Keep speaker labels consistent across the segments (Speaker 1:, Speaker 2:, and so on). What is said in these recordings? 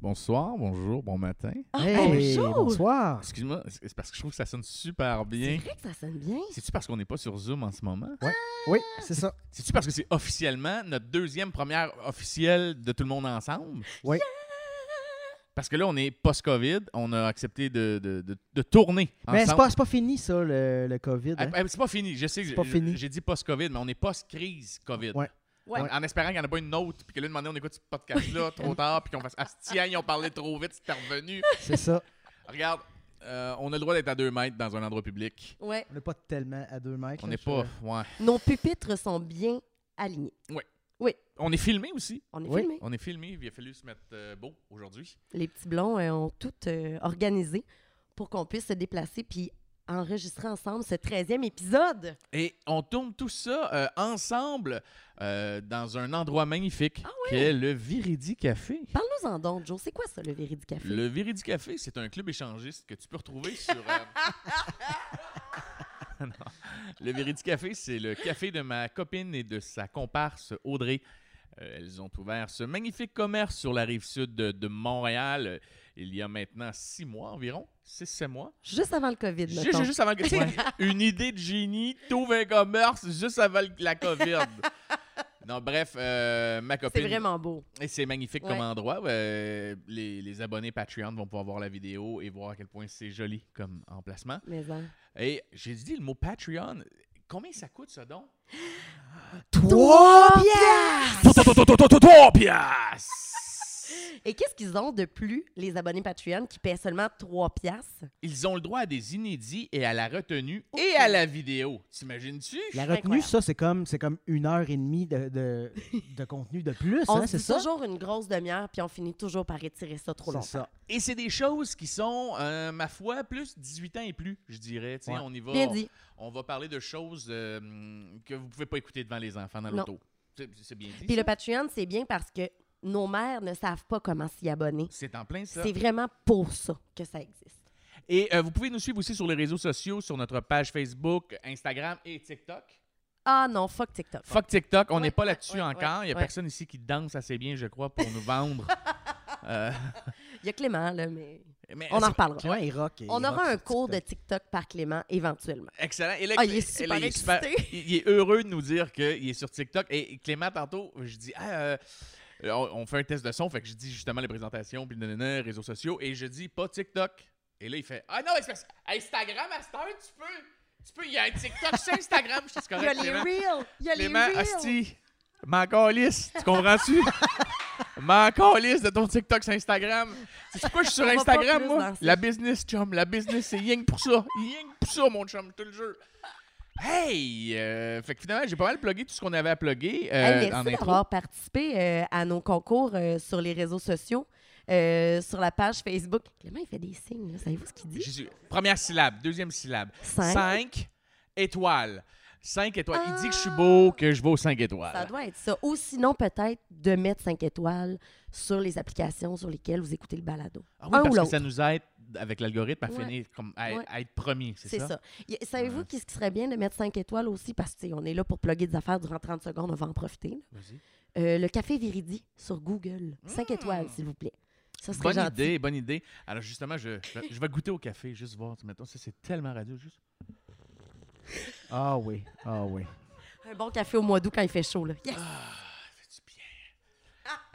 Speaker 1: Bonsoir, bonjour, bon matin.
Speaker 2: Hey,
Speaker 3: bonjour!
Speaker 2: bonsoir.
Speaker 1: Excuse-moi, c'est parce que je trouve que ça sonne super bien.
Speaker 3: C'est vrai que ça sonne bien.
Speaker 1: C'est-tu parce qu'on n'est pas sur Zoom en ce moment?
Speaker 2: Oui, c'est ça.
Speaker 1: C'est-tu parce que c'est officiellement notre deuxième première officielle de tout le monde ensemble?
Speaker 2: Oui.
Speaker 1: Parce que là, on est post-COVID, on a accepté de tourner
Speaker 2: Mais
Speaker 1: ensemble.
Speaker 2: c'est pas fini, ça, le COVID.
Speaker 1: Ah,
Speaker 2: hein?
Speaker 1: ah, c'est pas fini, je sais,
Speaker 2: C'est pas fini.
Speaker 1: j'ai dit post-COVID, mais on est post-crise COVID.
Speaker 2: Ouais.
Speaker 3: Ouais.
Speaker 1: En espérant qu'il n'y en a pas une autre, puis que là, demander on écoute ce podcast-là trop tard, puis qu'on fasse « Asti, ils ont parlé trop vite, c'est revenu. »
Speaker 2: C'est ça.
Speaker 1: Regarde, on a le droit d'être à 2 mètres dans un endroit public.
Speaker 3: Ouais.
Speaker 2: On n'est pas tellement à 2 mètres.
Speaker 1: On
Speaker 2: là,
Speaker 1: n'est pas... Ouais.
Speaker 3: Nos pupitres sont bien alignés.
Speaker 1: On est filmé aussi.
Speaker 3: On est
Speaker 2: Oui.
Speaker 3: filmés.
Speaker 1: On est filmé, il a fallu se mettre beau aujourd'hui.
Speaker 3: Les petits blonds ont tout organisé pour qu'on puisse se déplacer puis enregistrer ensemble ce 13e épisode.
Speaker 1: Et on tourne tout ça ensemble dans un endroit magnifique
Speaker 3: Ah
Speaker 1: qui est le Viridi Café.
Speaker 3: Parle-nous-en donc, Joe. C'est quoi ça, le Véridi Café?
Speaker 1: Le Viridi Café, c'est un club échangiste que tu peux retrouver sur... Non. Le Viridi Café, c'est le café de ma copine et de sa comparse Audrey. Elles ont ouvert ce magnifique commerce sur la rive sud de Montréal il y a maintenant 6 mois environ. 6-7 mois.
Speaker 3: Juste avant le COVID, mettons.
Speaker 1: Juste avant que... tu sais, une idée de génie, t'ouvres un commerce juste avant la COVID. Non, bref, ma copine...
Speaker 3: C'est vraiment beau.
Speaker 1: Et c'est magnifique
Speaker 3: Ouais.
Speaker 1: comme endroit. Les abonnés Patreon vont pouvoir voir la vidéo et voir à quel point c'est joli comme emplacement.
Speaker 3: Mais hein.
Speaker 1: Et j'ai dit le mot Patreon. Combien ça coûte, ça donc?
Speaker 2: 3 piastres!
Speaker 1: 3 piastres!
Speaker 3: Et qu'est-ce qu'ils ont de plus, les abonnés Patreon, qui paient seulement 3 piastres?
Speaker 1: Ils ont le droit à des inédits et à la retenue et à la vidéo. T'imagines-tu?
Speaker 2: La retenue,
Speaker 3: Incroyable.
Speaker 2: ça, c'est comme 1h30 de contenu de plus,
Speaker 3: On
Speaker 2: hein,
Speaker 3: se
Speaker 2: c'est
Speaker 3: dit
Speaker 2: ça?
Speaker 3: toujours une grosse demi-heure, puis on finit toujours par étirer ça trop
Speaker 2: C'est
Speaker 3: longtemps.
Speaker 2: ça.
Speaker 1: Et c'est des choses qui sont, ma foi, plus 18 ans et plus, je dirais. Tu sais,
Speaker 2: Ouais.
Speaker 1: on y va.
Speaker 3: Bien dit.
Speaker 1: On va parler de choses que vous pouvez pas écouter devant les enfants dans
Speaker 3: Non.
Speaker 1: l'auto. C'est bien dit.
Speaker 3: Puis
Speaker 1: ça?
Speaker 3: le Patreon, c'est bien parce que nos mères ne savent pas comment s'y abonner.
Speaker 1: C'est en plein ça.
Speaker 3: C'est vraiment pour ça que ça existe.
Speaker 1: Et vous pouvez nous suivre aussi sur les réseaux sociaux, sur notre page Facebook, Instagram et TikTok.
Speaker 3: Ah non, fuck TikTok.
Speaker 1: Fuck TikTok, on
Speaker 3: Ouais,
Speaker 1: n'est pas là-dessus
Speaker 3: ouais,
Speaker 1: encore. Il n'y a
Speaker 3: ouais.
Speaker 1: personne ici qui danse assez bien, je crois, pour nous vendre.
Speaker 3: Il y a Clément, là, mais
Speaker 1: Mais
Speaker 3: on en reparlera.
Speaker 2: Clément, il rock.
Speaker 3: On
Speaker 2: il
Speaker 3: aura
Speaker 2: rock
Speaker 3: un
Speaker 2: sur
Speaker 3: cours de
Speaker 2: TikTok.
Speaker 3: TikTok par Clément éventuellement.
Speaker 1: Excellent. Et là,
Speaker 3: Ah, il est
Speaker 1: et
Speaker 3: super
Speaker 1: là,
Speaker 3: excité.
Speaker 1: il est heureux de nous dire qu'il est sur TikTok. Et Clément, tantôt, je dis, on fait un test de son, fait que je dis justement les présentations, puis nanana, réseaux sociaux, et je dis pas TikTok. Et là, il fait, ah non, c'est parce que Instagram, à cette heure, tu peux, il y a un TikTok sur Instagram. Je dis, c'est
Speaker 3: Il y a
Speaker 1: correct,
Speaker 3: les
Speaker 1: Clément.
Speaker 3: reels. Il y a les
Speaker 1: Clément,
Speaker 3: reels.
Speaker 1: hostie, m'en calisse, tu comprends-tu? M'en calisse de ton TikTok sur Instagram. C'est pourquoi je suis sur
Speaker 3: On va pas
Speaker 1: Instagram,
Speaker 3: plus
Speaker 1: moi?
Speaker 3: dans ça.
Speaker 1: La business, chum, la business, c'est rien que pour ça. Rien que pour ça, mon chum, je te le jure. Hey! Fait que finalement, j'ai pas mal plugué tout ce qu'on avait à plugger
Speaker 3: Hey,
Speaker 1: en
Speaker 3: merci
Speaker 1: intro.
Speaker 3: d'avoir participé à nos concours sur les réseaux sociaux, sur la page Facebook. Clément, il fait des signes. Là. Savez-vous ce qu'il dit?
Speaker 1: Première syllabe, deuxième syllabe.
Speaker 3: 5.
Speaker 1: 5 étoiles. 5 étoiles. Il dit que je suis
Speaker 3: Ah!
Speaker 1: beau, que je vaux 5 étoiles.
Speaker 3: Ça doit être ça. Ou sinon, peut-être de mettre 5 étoiles sur les applications sur lesquelles vous écoutez le balado.
Speaker 1: Ah oui,
Speaker 3: Un ou
Speaker 1: parce que
Speaker 3: l'autre.
Speaker 1: ça nous aide avec l'algorithme à
Speaker 3: Ouais.
Speaker 1: finir comme à
Speaker 3: Ouais.
Speaker 1: être premier, c'est ça?
Speaker 3: Savez-vous qu'est-ce qui serait bien de mettre 5 étoiles aussi? Parce que tu sais, on est là pour plugger des affaires durant 30 secondes, on va en profiter. là.
Speaker 1: Vas-y.
Speaker 3: Le café Viridi sur Google. 5 étoiles, s'il vous plaît. Ça serait
Speaker 1: Bonne
Speaker 3: gentil.
Speaker 1: idée, bonne idée. Alors justement, je vais goûter au café, juste voir. Mettons, ça c'est tellement radio, juste.
Speaker 2: Ah oui, ah oui.
Speaker 3: Un bon café au mois d'août quand il fait chaud. Là. Yes!
Speaker 1: Fait du bien.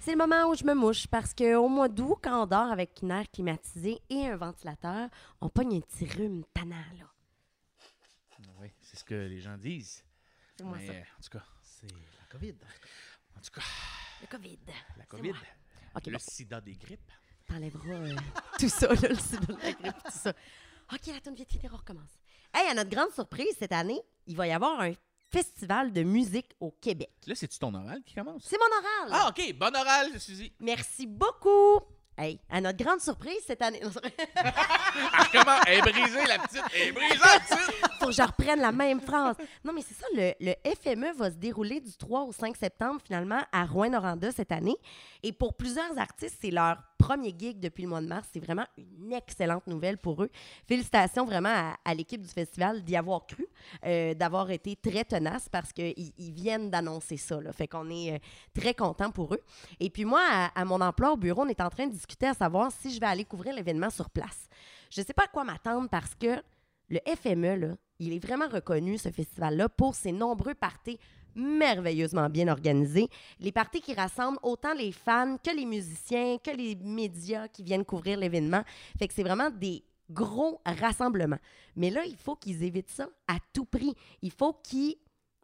Speaker 3: C'est le moment où je me mouche parce qu'au mois d'août, quand on dort avec une air climatisé et un ventilateur, on pogne un petit rhume tannant, là.
Speaker 1: Oui, c'est ce que les gens disent.
Speaker 3: C'est moi
Speaker 1: Mais,
Speaker 3: ça.
Speaker 1: en tout cas,
Speaker 2: C'est la COVID.
Speaker 1: en tout cas,
Speaker 3: Le COVID.
Speaker 1: la
Speaker 3: C'est
Speaker 1: COVID,
Speaker 3: moi. OK,
Speaker 1: le
Speaker 3: bon,
Speaker 1: sida des grippes.
Speaker 3: t'enlèveras tout ça, là, le sida de la grippe, tout ça. OK, la tourne vite, vite, on recommence. Hey, à notre grande surprise, cette année, il va y avoir un festival de musique au Québec.
Speaker 1: Là, c'est-tu ton oral qui commence?
Speaker 3: C'est mon oral.
Speaker 1: Ah, OK. Bon oral, Suzy.
Speaker 3: Merci beaucoup. Hey, à notre grande surprise, cette année...
Speaker 1: Comment? Elle est brisée, la petite. Elle est brisée, la petite.
Speaker 3: Faut que je reprenne la même phrase. Non, mais c'est ça, le FME va se dérouler du 3 au 5 septembre, finalement, à Rouyn-Noranda cette année. Et pour plusieurs artistes, c'est leur premier gig depuis le mois de mars. C'est vraiment une excellente nouvelle pour eux. Félicitations vraiment à l'équipe du festival d'y avoir cru, d'avoir été très tenace parce qu'ils viennent d'annoncer ça. Là. Fait qu'on est très contents pour eux. Et puis moi, à mon emploi au bureau, on est en train de discuter à savoir si je vais aller couvrir l'événement sur place. Je ne sais pas à quoi m'attendre parce que le FME, là, il est vraiment reconnu, ce festival-là, pour ses nombreux parties merveilleusement bien organisés. Les parties qui rassemblent autant les fans que les musiciens, que les médias qui viennent couvrir l'événement. Fait que c'est vraiment des gros rassemblements. Mais là, il faut qu'ils évitent ça à tout prix. Il faut qu'ils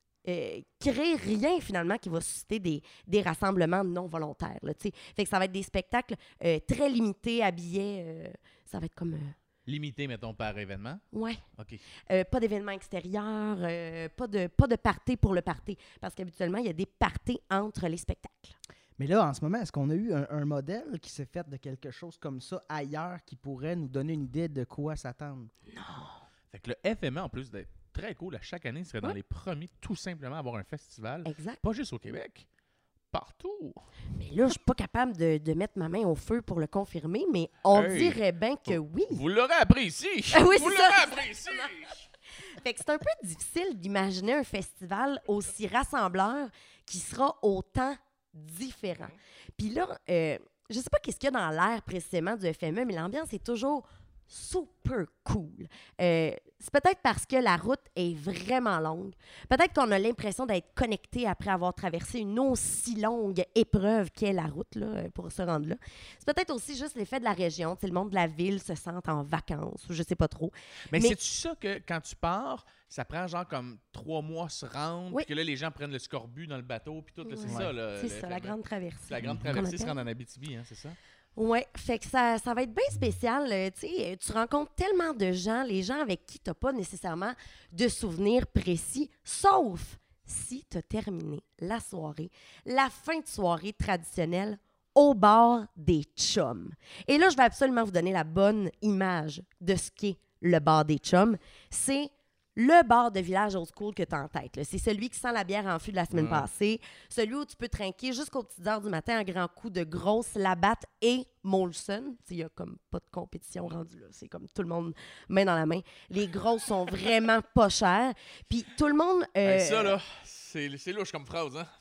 Speaker 3: créent rien, finalement, qui va susciter des rassemblements non volontaires. Là, t'sais. Fait que ça va être des spectacles très limités à billets. Ça va être comme...
Speaker 1: Limité, mettons, par événement.
Speaker 3: Ouais.
Speaker 1: OK.
Speaker 3: Pas d'événements extérieurs, pas de party pour le party. Parce qu'habituellement, il y a des parties entre les spectacles.
Speaker 2: Mais là, en ce moment, est-ce qu'on a eu un modèle qui s'est fait de quelque chose comme ça ailleurs qui pourrait nous donner une idée de quoi s'attendre?
Speaker 1: Fait que le FME, en plus d'être très cool, à chaque année, serait dans
Speaker 3: Ouais.
Speaker 1: les premiers, tout simplement, à avoir un festival.
Speaker 3: Exact.
Speaker 1: Pas juste au Québec. Partout.
Speaker 3: Mais là, je suis pas capable de mettre ma main au feu pour le confirmer, mais on
Speaker 1: Hey.
Speaker 3: dirait bien que oui.
Speaker 1: Vous l'aurez appris ici.
Speaker 3: Ah oui,
Speaker 1: Vous
Speaker 3: c'est
Speaker 1: l'aurez
Speaker 3: ça.
Speaker 1: appris ici.
Speaker 3: Fait que c'est un peu difficile d'imaginer un festival aussi rassembleur qui sera autant différent. Puis là, je sais pas qu'est-ce qu'il y a dans l'air précisément du FME, mais l'ambiance est toujours super cool. C'est peut-être parce que la route est vraiment longue. Peut-être qu'on a l'impression d'être connecté après avoir traversé une aussi longue épreuve qu'est la route là, pour se rendre là. C'est peut-être aussi juste l'effet de la région. Tu sais, le monde de la ville se sent en vacances ou je sais pas trop.
Speaker 1: Mais
Speaker 3: Mais-
Speaker 1: c'est-tu ça que quand tu pars, ça prend genre comme 3 mois se rendre,
Speaker 3: Oui.
Speaker 1: puis que là, les gens prennent le scorbut dans le bateau, puis tout, là, c'est
Speaker 3: Ouais.
Speaker 1: ça, là.
Speaker 3: C'est
Speaker 1: le
Speaker 3: ça, la
Speaker 1: FME.
Speaker 3: grande traversée.
Speaker 1: C'est la grande
Speaker 3: Qu'on
Speaker 1: traversée se
Speaker 3: appelle.
Speaker 1: rendre en Abitibi, hein, c'est ça?
Speaker 3: Oui, fait que ça va être bien spécial. Tu sais, tu rencontres tellement de gens, les gens avec qui tu n'as pas nécessairement de souvenirs précis, sauf si tu as terminé la soirée, la fin de soirée traditionnelle au bar des chums. Et là, je vais absolument vous donner la bonne image de ce qu'est le bar des chums. C'est le bar de village old school que tu as en tête. là. C'est celui qui sent la bière en fût de la semaine
Speaker 1: Ouais.
Speaker 3: passée. Celui où tu peux trinquer jusqu'aux petites heures du matin un grand coup de grosse Labatt et Molson. Il n'y a comme pas de compétition rendue là. C'est comme tout le monde main dans la main. Les grosses sont vraiment pas chères. Puis tout le monde...
Speaker 1: Hey, ça, là, c'est louche comme phrase, hein?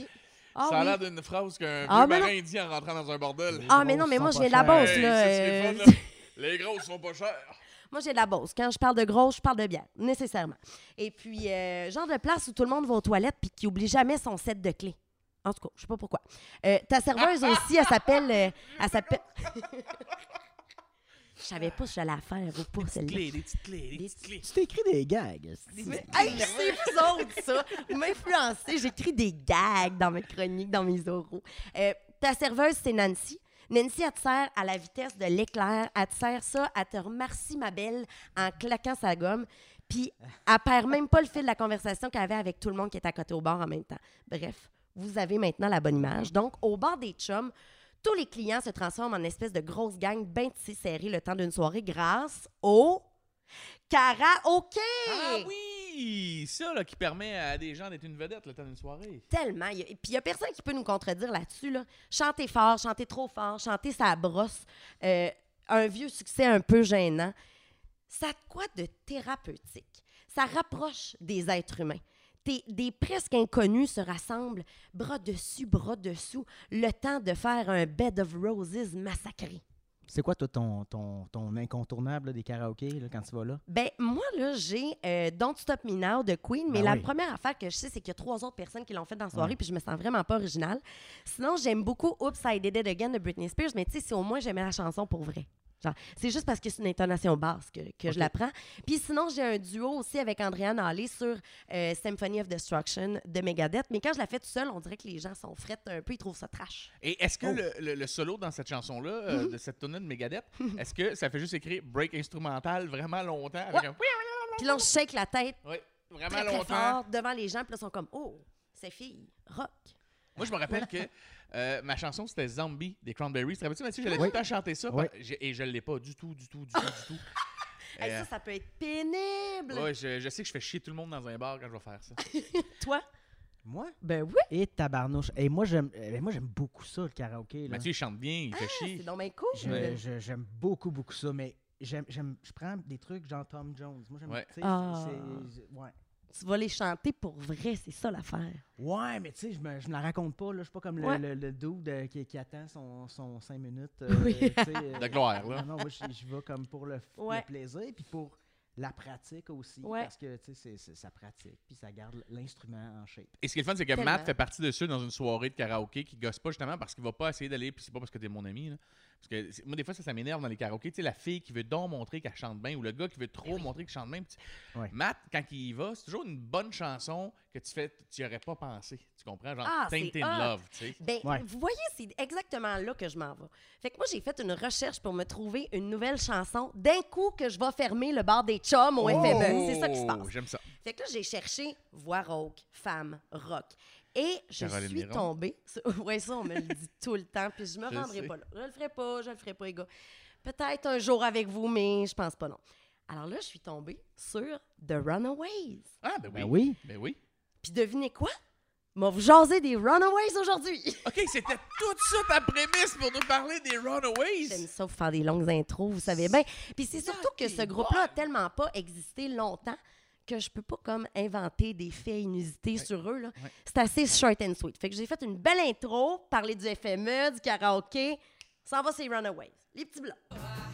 Speaker 3: Ah,
Speaker 1: ça a
Speaker 3: oui.
Speaker 1: l'air d'une phrase qu'un
Speaker 3: Ah,
Speaker 1: vieux
Speaker 3: mais
Speaker 1: marin
Speaker 3: non.
Speaker 1: dit en rentrant dans un bordel.
Speaker 3: Ah, mais non, mais moi,
Speaker 2: Grosses
Speaker 3: j'ai
Speaker 2: sont
Speaker 3: de la
Speaker 2: pas
Speaker 3: Beauce,
Speaker 2: chères.
Speaker 3: là.
Speaker 1: Ça, c'est le fun, là. Les grosses sont pas chères.
Speaker 3: Moi, j'ai de la Beauce. Quand je parle de grosse, je parle de bière, nécessairement. Et puis, genre de place où tout le monde va aux toilettes puis qui oublie jamais son set de clés. En tout cas, je sais pas pourquoi. Ta serveuse aussi, elle s'appelle... Je savais pas si j'allais la faire ou pas, celle-là.
Speaker 1: Des petites clés, des
Speaker 3: Des
Speaker 1: petites clés.
Speaker 2: Tu t'écris des gags.
Speaker 3: Hey, c'est vous autres, ça! Vous m'influencez. J'écris des gags dans mes chroniques, dans mes oraux. Ta serveuse, c'est Nancy. Nancy, elle te sert à la vitesse de l'éclair. Elle te sert ça, elle te remercie, ma belle, en claquant sa gomme. Puis, elle perd même pas le fil de la conversation qu'elle avait avec tout le monde qui est à côté au bar en même temps. Bref, vous avez maintenant la bonne image. Donc, au bar des chums, tous les clients se transforment en espèce de grosse gang bien tissée serrée le temps d'une soirée grâce au karaoké!
Speaker 1: Ah oui! Ça, là, qui permet à des gens d'être une vedette le temps d'une soirée.
Speaker 3: Tellement. Puis il n'y a personne qui peut nous contredire là-dessus. Là. Chanter fort, chanter trop fort, chanter sa brosse, un vieux succès un peu gênant. Ça a de quoi de thérapeutique? Ça rapproche des êtres humains. Des presque inconnus se rassemblent, bras dessus, bras dessous, le temps de faire un bed of roses massacré.
Speaker 2: C'est quoi, toi, ton incontournable là, des karaokés là, quand tu vas là?
Speaker 3: Ben, moi, là, j'ai Don't Stop Me Now de Queen, mais
Speaker 2: Ben
Speaker 3: la
Speaker 2: oui.
Speaker 3: première affaire que je sais, c'est qu'il y a 3 autres personnes qui l'ont fait dans la soirée,
Speaker 2: Ouais.
Speaker 3: puis je me sens vraiment pas originale. Sinon, j'aime beaucoup Oops, I Did It Again de Britney Spears, mais tu sais, si au moins j'aimais la chanson pour vrai. Genre, c'est juste parce que c'est une intonation basse que je la prends. Puis sinon, j'ai un duo aussi avec Andrea Halley sur Symphony of Destruction de Megadeth, mais quand je la fais tout seul, on dirait que les gens sont frettes un peu, ils trouvent ça trash.
Speaker 1: Et est-ce que le solo dans cette chanson-là, de cette tune de Megadeth, est-ce que ça fait juste écrire break instrumental vraiment longtemps avec un...
Speaker 3: Puis là, on shake la tête
Speaker 1: Oui, vraiment
Speaker 3: très, très
Speaker 1: longtemps.
Speaker 3: fort devant les gens, puis là, ils sont comme « Oh, ces filles, rock! »
Speaker 1: Moi, je me rappelle que ma chanson, c'était Zombie des Cranberries. Te rappelles-tu, Mathieu? J'allais
Speaker 2: Oui.
Speaker 1: tout le temps chanter ça.
Speaker 2: Oui.
Speaker 1: Et je ne l'ai pas du tout.
Speaker 3: Hey, ça peut être pénible!
Speaker 1: Ouais, je sais que je fais chier tout le monde dans un bar quand je vais faire ça.
Speaker 3: Toi?
Speaker 2: Moi?
Speaker 3: Ben oui!
Speaker 2: Et tabarnouche. Et moi, j'aime beaucoup ça, le karaoké. Là.
Speaker 1: Mathieu, il chante bien, il fait chier.
Speaker 3: C'est donc bien cool!
Speaker 2: J'aime beaucoup ça, mais je prends des trucs genre Tom Jones. Moi, j'aime...
Speaker 1: Ouais.
Speaker 2: tu sais,
Speaker 3: Ah.
Speaker 2: ouais.
Speaker 3: Tu vas les chanter pour vrai, c'est ça l'affaire.
Speaker 2: Ouais, mais tu sais, je me la raconte pas. Là. Je suis pas comme
Speaker 3: Ouais.
Speaker 2: le dude qui attend son 5 minutes.
Speaker 3: Oui.
Speaker 2: tu sais,
Speaker 1: De gloire, là.
Speaker 2: Non, moi, je vais comme pour le
Speaker 3: Ouais.
Speaker 2: plaisir, puis pour la pratique aussi.
Speaker 3: Ouais.
Speaker 2: Parce que, tu sais, ça pratique, puis ça garde l'instrument en shape.
Speaker 1: Et ce qui est le fun, c'est que
Speaker 3: Tellement.
Speaker 1: Matt fait partie de ceux dans une soirée de karaoké qui gosse pas justement parce qu'il va pas essayer d'aller, puis c'est pas parce que t'es mon ami. Là. Parce que moi, des fois, ça m'énerve dans les karaokés. Tu sais, la fille qui veut donc montrer qu'elle chante bien ou le gars qui veut trop montrer qu'il chante bien.
Speaker 2: Ouais.
Speaker 1: Matt, quand il y va, c'est toujours une bonne chanson que tu aurais pas pensé. Tu comprends? Genre,
Speaker 3: Ah,
Speaker 1: Tainted
Speaker 3: c'est hot.
Speaker 1: Love, tu sais.
Speaker 3: Ben,
Speaker 2: Ouais.
Speaker 3: vous voyez, c'est exactement là que je m'en vais. Fait que moi, j'ai fait une recherche pour me trouver une nouvelle chanson d'un coup que je vais fermer le bar des chums au FME. C'est ça qui se passe.
Speaker 1: J'aime ça.
Speaker 3: Fait que là, j'ai cherché voix rauque, femme, rock. Et je
Speaker 1: Caroline
Speaker 3: suis
Speaker 1: Néron.
Speaker 3: tombée. Ouais, ça, on me le dit tout le temps. Puis je me
Speaker 1: Je
Speaker 3: rendrai
Speaker 1: sais.
Speaker 3: pas là. Je le ferai pas, les gars. Peut-être un jour avec vous, mais je pense pas non. Alors là, je suis tombée sur The Runaways.
Speaker 1: Ah, ben oui.
Speaker 2: Ben oui.
Speaker 1: Ben oui.
Speaker 3: Puis devinez quoi? M'a vous jaser des Runaways aujourd'hui.
Speaker 1: OK, c'était toute ça ta prémisse pour nous parler des Runaways.
Speaker 3: J'aime ça, vous faire des longues intros, vous savez bien. Puis c'est surtout que ce groupe-là a
Speaker 1: bonne.
Speaker 3: tellement pas existé longtemps que je peux pas comme inventer des faits inusités sur eux. Là.
Speaker 1: Ouais.
Speaker 3: C'est assez short and sweet. Fait que j'ai fait une belle intro, parler du FME, du karaoké. Ça en va, c'est Runaways. Les petits blancs.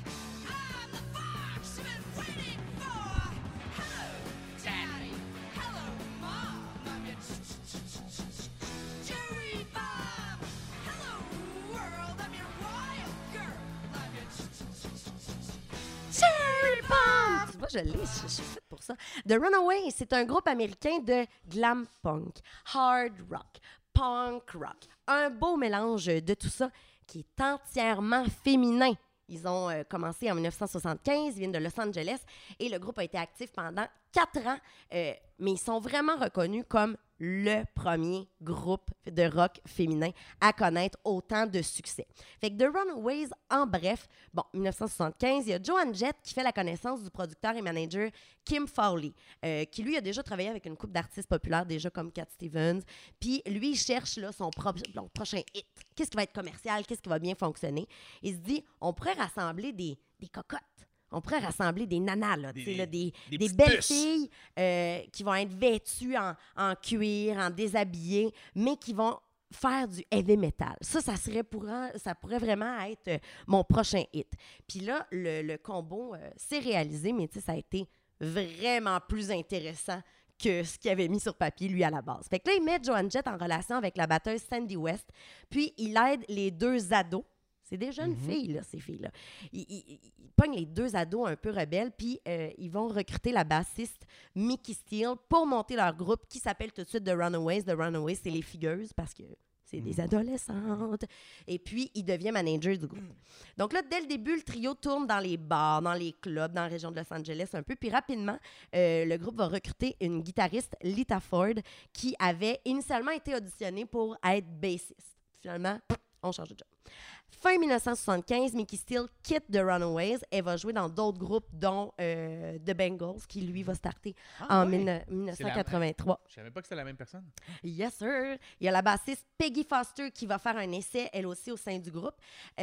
Speaker 3: Cherry Bomb! Tu vois, je suis faite pour ça. The Runaways, c'est un groupe américain de glam punk, hard rock, punk rock. Un beau mélange de tout ça qui est entièrement féminin. Ils ont commencé en 1975, ils viennent de Los Angeles et le groupe a été actif pendant 4 ans, mais ils sont vraiment reconnus comme le premier groupe de rock féminin à connaître autant de succès. Fait que The Runaways, en bref, bon, 1975, il y a Joan Jett qui fait la connaissance du producteur et manager Kim Fowley, qui lui a déjà travaillé avec une couple d'artistes populaires, déjà comme Cat Stevens. Puis lui, il cherche là, son prochain hit. Qu'est-ce qui va être commercial? Qu'est-ce qui va bien fonctionner? Il se dit, on pourrait rassembler des cocottes. On pourrait rassembler des nanas, là, tu sais, là, des
Speaker 1: petites
Speaker 3: belles
Speaker 1: puces.
Speaker 3: filles qui vont être vêtues en cuir, en déshabillé, mais qui vont faire du heavy metal. Ça pourrait vraiment être mon prochain hit. Puis là, le combo s'est réalisé, mais tu sais, ça a été vraiment plus intéressant que ce qu'il avait mis sur papier, lui, à la base. Fait que là, il met Joan Jett en relation avec la batteuse Sandy West, puis il aide les 2 ados. C'est des jeunes filles, là, ces filles-là. Ils pognent les 2 ados un peu rebelles, puis ils vont recruter la bassiste Mickey Steele pour monter leur groupe qui s'appelle tout de suite The Runaways. The Runaways, c'est les figueuses parce que c'est des adolescentes. Et puis, il devient manager du groupe. Donc là, dès le début, le trio tourne dans les bars, dans les clubs, dans la région de Los Angeles un peu. Puis rapidement, le groupe va recruter une guitariste, Lita Ford, qui avait initialement été auditionnée pour être bassiste. Finalement, on change de job. Fin 1975, Mickey Steele quitte The Runaways et va jouer dans d'autres groupes, dont The Bangles, qui lui va starter en 1983.
Speaker 1: Je savais pas que c'était la même personne.
Speaker 3: Yes, sir. Il y a la bassiste Peggy Foster qui va faire un essai, elle aussi, au sein du groupe,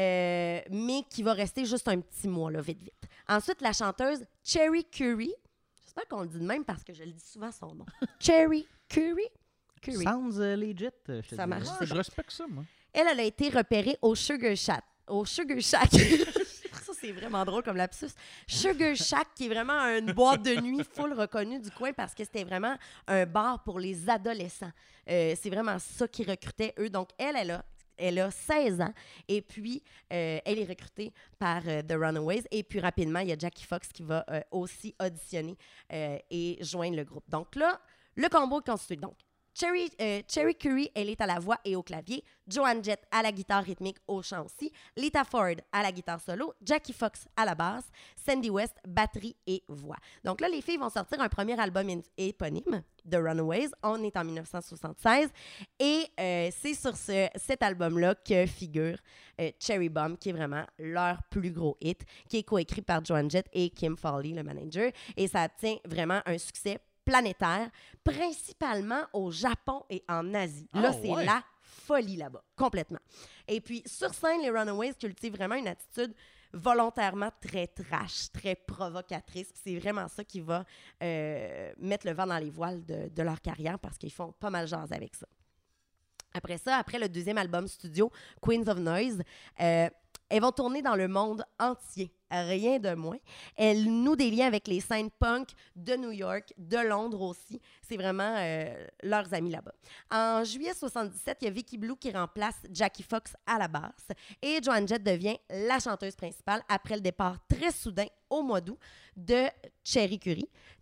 Speaker 3: mais qui va rester juste un petit mois, là, vite, vite. Ensuite, la chanteuse Cherry Curry. J'espère qu'on le dit de même parce que je le dis souvent son nom. Cherry Curry. Curry.
Speaker 2: Sounds legit. Je te
Speaker 3: Ça
Speaker 2: dirais.
Speaker 3: marche.
Speaker 1: Je respecte ça, moi.
Speaker 3: Elle a été repérée au Sugar Shack. Au Sugar Shack. c'est vraiment drôle comme lapsus. Sugar Shack, qui est vraiment une boîte de nuit full reconnue du coin parce que c'était vraiment un bar pour les adolescents. C'est vraiment ça qu'ils recrutaient, eux. Donc, elle a 16 ans et puis elle est recrutée par The Runaways. Et puis rapidement, il y a Jackie Fox qui va aussi auditionner et joindre le groupe. Donc là, le combo est constitué. Donc, Cherry Curry, elle est à la voix et au clavier. Joan Jett à la guitare rythmique, au chant aussi. Lita Ford à la guitare solo. Jackie Fox à la basse. Sandy West, batterie et voix. Donc là, les filles vont sortir un premier album éponyme, The Runaways. On est en 1976. Et c'est sur cet album-là que figure Cherry Bomb, qui est vraiment leur plus gros hit, qui est coécrit par Joan Jett et Kim Fowley, le manager. Et ça tient vraiment un succès planétaire, principalement au Japon et en Asie. Là, c'est la folie là-bas, complètement. Et puis, sur scène, les Runaways cultivent vraiment une attitude volontairement très trash, très provocatrice. Puis c'est vraiment ça qui va mettre le vent dans les voiles de leur carrière parce qu'ils font pas mal jaser avec ça. Après ça, après le deuxième album studio, Queens of Noise, elles vont tourner dans le monde entier, rien de moins. Elles nouent des liens avec les scènes punk de New York, de Londres aussi. C'est vraiment leurs amis là-bas. En juillet 77, il y a Vicky Blue qui remplace Jackie Fox à la basse et Joan Jett devient la chanteuse principale après le départ très soudain au mois d'août de Cherry Curry,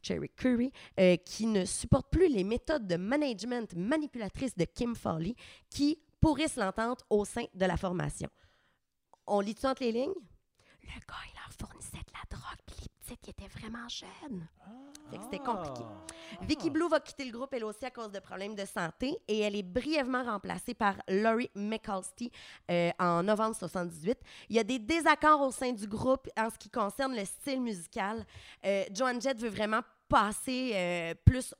Speaker 3: qui ne supporte plus les méthodes de management manipulatrices de Kim Fowley qui pourrissent l'entente au sein de la formation. On lit-tu entre les lignes? Le gars, il leur fournissait de la drogue, puis les petites, ils étaient vraiment jeunes. Fait que c'était compliqué. Vicky Blue va quitter le groupe, elle aussi, à cause de problèmes de santé, et elle est brièvement remplacée par Laurie McCalsty en novembre 78. Il y a des désaccords au sein du groupe en ce qui concerne le style musical. Joan Jett veut vraiment passer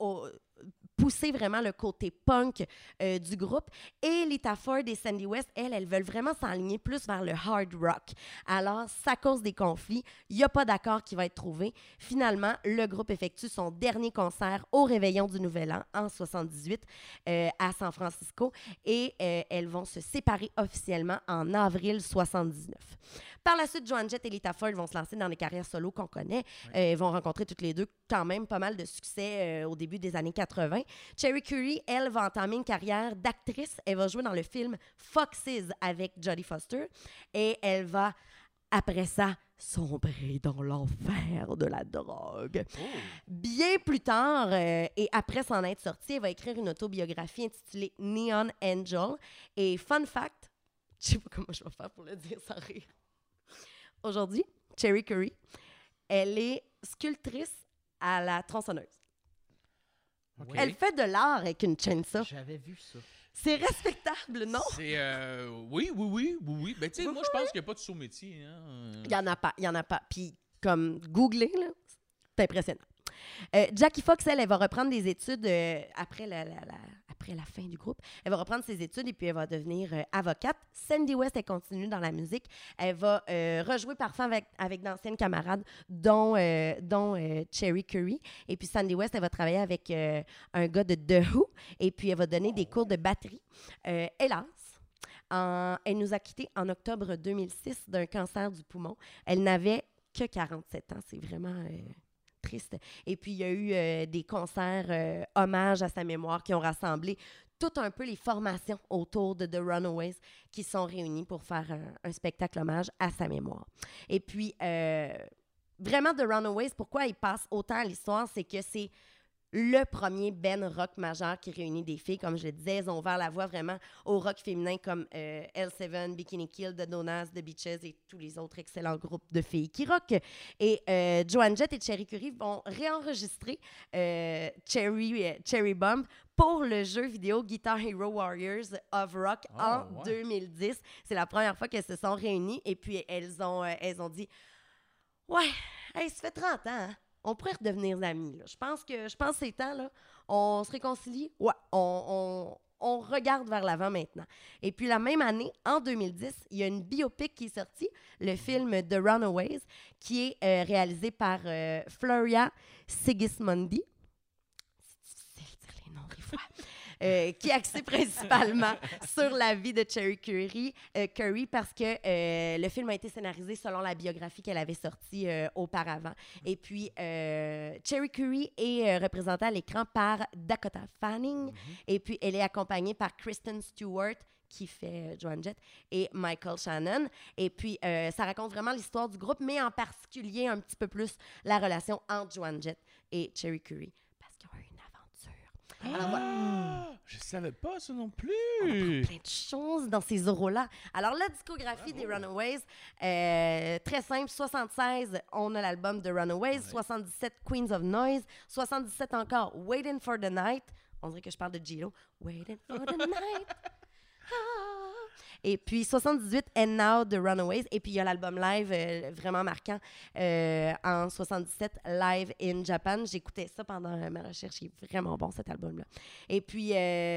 Speaker 3: pousser vraiment le côté punk du groupe. Et Lita Ford et Sandy West, elles veulent vraiment s'enligner plus vers le hard rock. Alors, ça cause des conflits. Il n'y a pas d'accord qui va être trouvé. Finalement, le groupe effectue son dernier concert au Réveillon du Nouvel An en 78 à San Francisco et elles vont se séparer officiellement en avril 79. Par la suite, Joan Jett et Lita Ford vont se lancer dans des carrières solo qu'on connaît. Elles vont rencontrer toutes les deux quand même pas mal de succès au début des années 80. Cherry Curry, elle, va entamer une carrière d'actrice. Elle va jouer dans le film Foxes avec Jodie Foster. Et elle va, après ça, sombrer dans l'enfer de la drogue. Bien plus tard, et après s'en être sortie, elle va écrire une autobiographie intitulée Neon Angel. Et fun fact, je sais pas comment je vais faire pour le dire sans rire. Aujourd'hui, Cherry Curry, elle est sculptrice à la tronçonneuse. Okay. Elle fait de l'art avec une chainsaw.
Speaker 2: J'avais vu ça.
Speaker 3: C'est respectable, non?
Speaker 1: C'est oui. Ben tu sais, moi je pense qu'il n'y a pas de sous-métier. Hein.
Speaker 3: Il y en a pas. Puis comme googler, là, c'est impressionnant. Jackie Fox, elle va reprendre des études après la fin du groupe. Elle va reprendre ses études et puis elle va devenir avocate. Sandy West, elle continue dans la musique. Elle va rejouer parfois avec d'anciennes camarades, dont Cherry Curry. Et puis Sandy West, elle va travailler avec un gars de The Who. Et puis elle va donner des cours de batterie. Hélas, elle nous a quittés en octobre 2006 d'un cancer du poumon. Elle n'avait que 47 ans. C'est vraiment... triste. Et puis, il y a eu des concerts hommages à sa mémoire qui ont rassemblé tout un peu les formations autour de The Runaways qui sont réunies pour faire un spectacle hommage à sa mémoire. Et puis, vraiment, The Runaways, pourquoi il passe autant à l'histoire, c'est que c'est le premier band rock majeur qui réunit des filles. Comme je le disais, elles ont ouvert la voie vraiment au rock féminin comme L7, Bikini Kill, The Donuts, The Beaches et tous les autres excellents groupes de filles qui rock. Et Joan Jett et Cherry Curry vont réenregistrer Cherry Bomb pour le jeu vidéo Guitar Hero Warriors of Rock en 2010. C'est la première fois qu'elles se sont réunies et puis elles ont dit « Ouais, hey, ça fait 30 ans, hein? On pourrait redevenir amis. Là. Je pense que c'est temps, là. On se réconcilie. Ouais, on regarde vers l'avant maintenant. Et puis la même année, en 2010, il y a une biopic qui est sortie, le film The Runaways, qui est réalisé par Floria Sigismondi. C'est difficile de dire les noms des fois. qui est axé principalement sur la vie de Cherry Curry parce que le film a été scénarisé selon la biographie qu'elle avait sortie auparavant. Et puis, Cherry Curry est représentée à l'écran par Dakota Fanning. Et puis, elle est accompagnée par Kristen Stewart, qui fait Joan Jett, et Michael Shannon. Et puis, ça raconte vraiment l'histoire du groupe, mais en particulier un petit peu plus la relation entre Joan Jett et Cherry Curry, parce qu'ils ont eu une aventure. Alors, voilà.
Speaker 1: Je savais pas ça non plus.
Speaker 3: On apprend plein de choses dans ces euros-là. Alors, la discographie des Runaways, très simple. 76, on a l'album de Runaways. 77, Queens of Noise. 77 encore, Waiting for the Night. On dirait que je parle de Gilo. Waiting for the Night. Et puis 78, And Now de Runaways. Et puis il y a l'album live vraiment marquant en 77, Live in Japan. J'écoutais ça pendant ma recherche. Il est vraiment bon cet album-là. Et puis,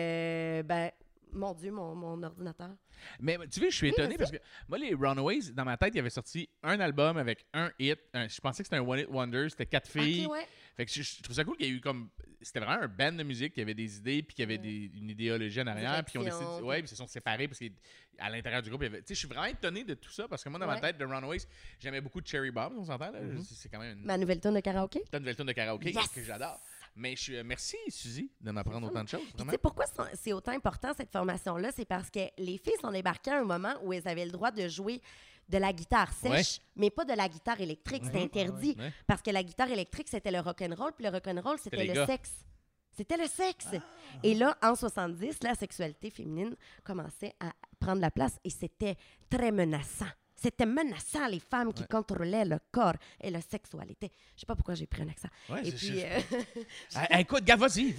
Speaker 3: mon Dieu, mon ordinateur.
Speaker 1: Mais tu sais, je suis étonné parce que moi, les Runaways, dans ma tête, ils avaient sorti un album avec un hit. Je pensais que c'était un One Hit Wonder. C'était 4 filles.
Speaker 3: Okay, ouais.
Speaker 1: Fait que je trouve ça cool qu'il y ait eu comme. C'était vraiment un band de musique qui avait des idées puis qui avait une idéologie en arrière. Puis on décide. Ouais, puis ils se sont séparés parce qu'à l'intérieur du groupe, il y avait. Tu sais, je suis vraiment étonné de tout ça parce que moi, dans ma tête, de Runaways, j'aimais beaucoup Cherry Bomb, on s'entend là. C'est quand même
Speaker 3: Ma nouvelle tune de karaoké.
Speaker 1: une nouvelle tune de karaoké
Speaker 3: Yes!
Speaker 1: que j'adore. Mais merci, Suzy, de m'apprendre autant de choses.
Speaker 3: Tu sais pourquoi c'est autant important, cette formation-là? C'est parce que les filles sont débarquées à un moment où elles avaient le droit de jouer de la guitare sèche, mais pas de la guitare électrique. C'était interdit. Parce que la guitare électrique, c'était le rock'n'roll, puis le rock'n'roll, c'était le sexe. C'était le sexe. Et là, en 70, la sexualité féminine commençait à prendre la place et c'était très menaçant. C'était menaçant, les femmes qui contrôlaient le corps et la sexualité. Je sais pas pourquoi j'ai pris un accent.
Speaker 1: Ouais,
Speaker 3: et puis...
Speaker 1: écoute, gars, vas-y,